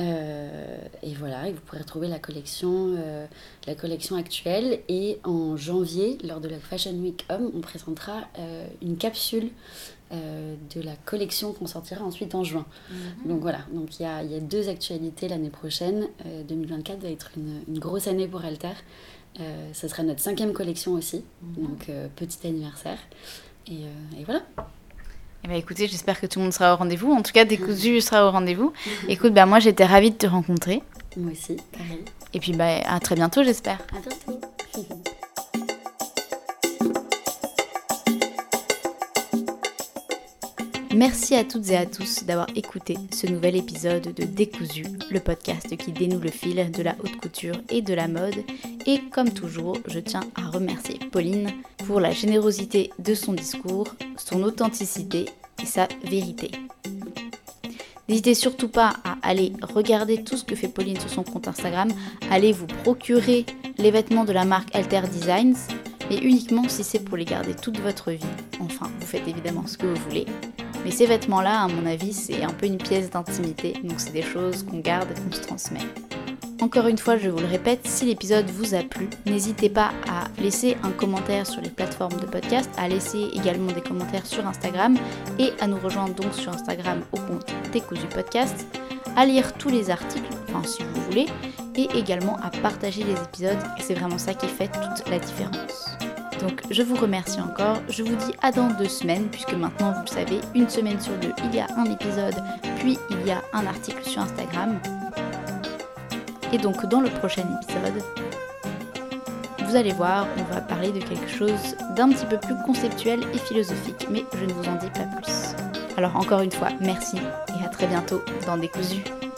et voilà, et vous pourrez retrouver la collection actuelle. Et en janvier, lors de la Fashion Week Homme, on présentera une capsule de la collection qu'on sortira ensuite en juin. Donc voilà, donc il y a 2 actualités l'année prochaine. 2024 va être une grosse année pour Alter. Ce sera notre 5e collection aussi, donc petit anniversaire. Et voilà. Eh ben, écoutez, j'espère que tout le monde sera au rendez-vous. En tout cas, Décousu sera au rendez-vous. Écoute, moi j'étais ravie de te rencontrer. Moi aussi, pareil. Et puis à très bientôt, j'espère. À bientôt. Merci à toutes et à tous d'avoir écouté ce nouvel épisode de Décousu, le podcast qui dénoue le fil de la haute couture et de la mode. Et comme toujours, je tiens à remercier Pauline pour la générosité de son discours, son authenticité et sa vérité. N'hésitez surtout pas à aller regarder tout ce que fait Pauline sur son compte Instagram, allez vous procurer les vêtements de la marque Alter Designs, mais uniquement si c'est pour les garder toute votre vie. Enfin, vous faites évidemment ce que vous voulez. Mais ces vêtements-là, à mon avis, c'est un peu une pièce d'intimité, donc c'est des choses qu'on garde et qu'on se transmet. Encore une fois, je vous le répète, si l'épisode vous a plu, n'hésitez pas à laisser un commentaire sur les plateformes de podcast, à laisser également des commentaires sur Instagram et à nous rejoindre donc sur Instagram au compte Décousu Podcast, à lire tous les articles, enfin si vous voulez, et également à partager les épisodes, et c'est vraiment ça qui fait toute la différence. Donc je vous remercie encore, je vous dis à dans 2 semaines, puisque maintenant vous le savez, 1 semaine sur 2, il y a un épisode, puis il y a un article sur Instagram. Et donc dans le prochain épisode, vous allez voir, on va parler de quelque chose d'un petit peu plus conceptuel et philosophique, mais je ne vous en dis pas plus. Alors encore une fois, merci et à très bientôt dans Décousu.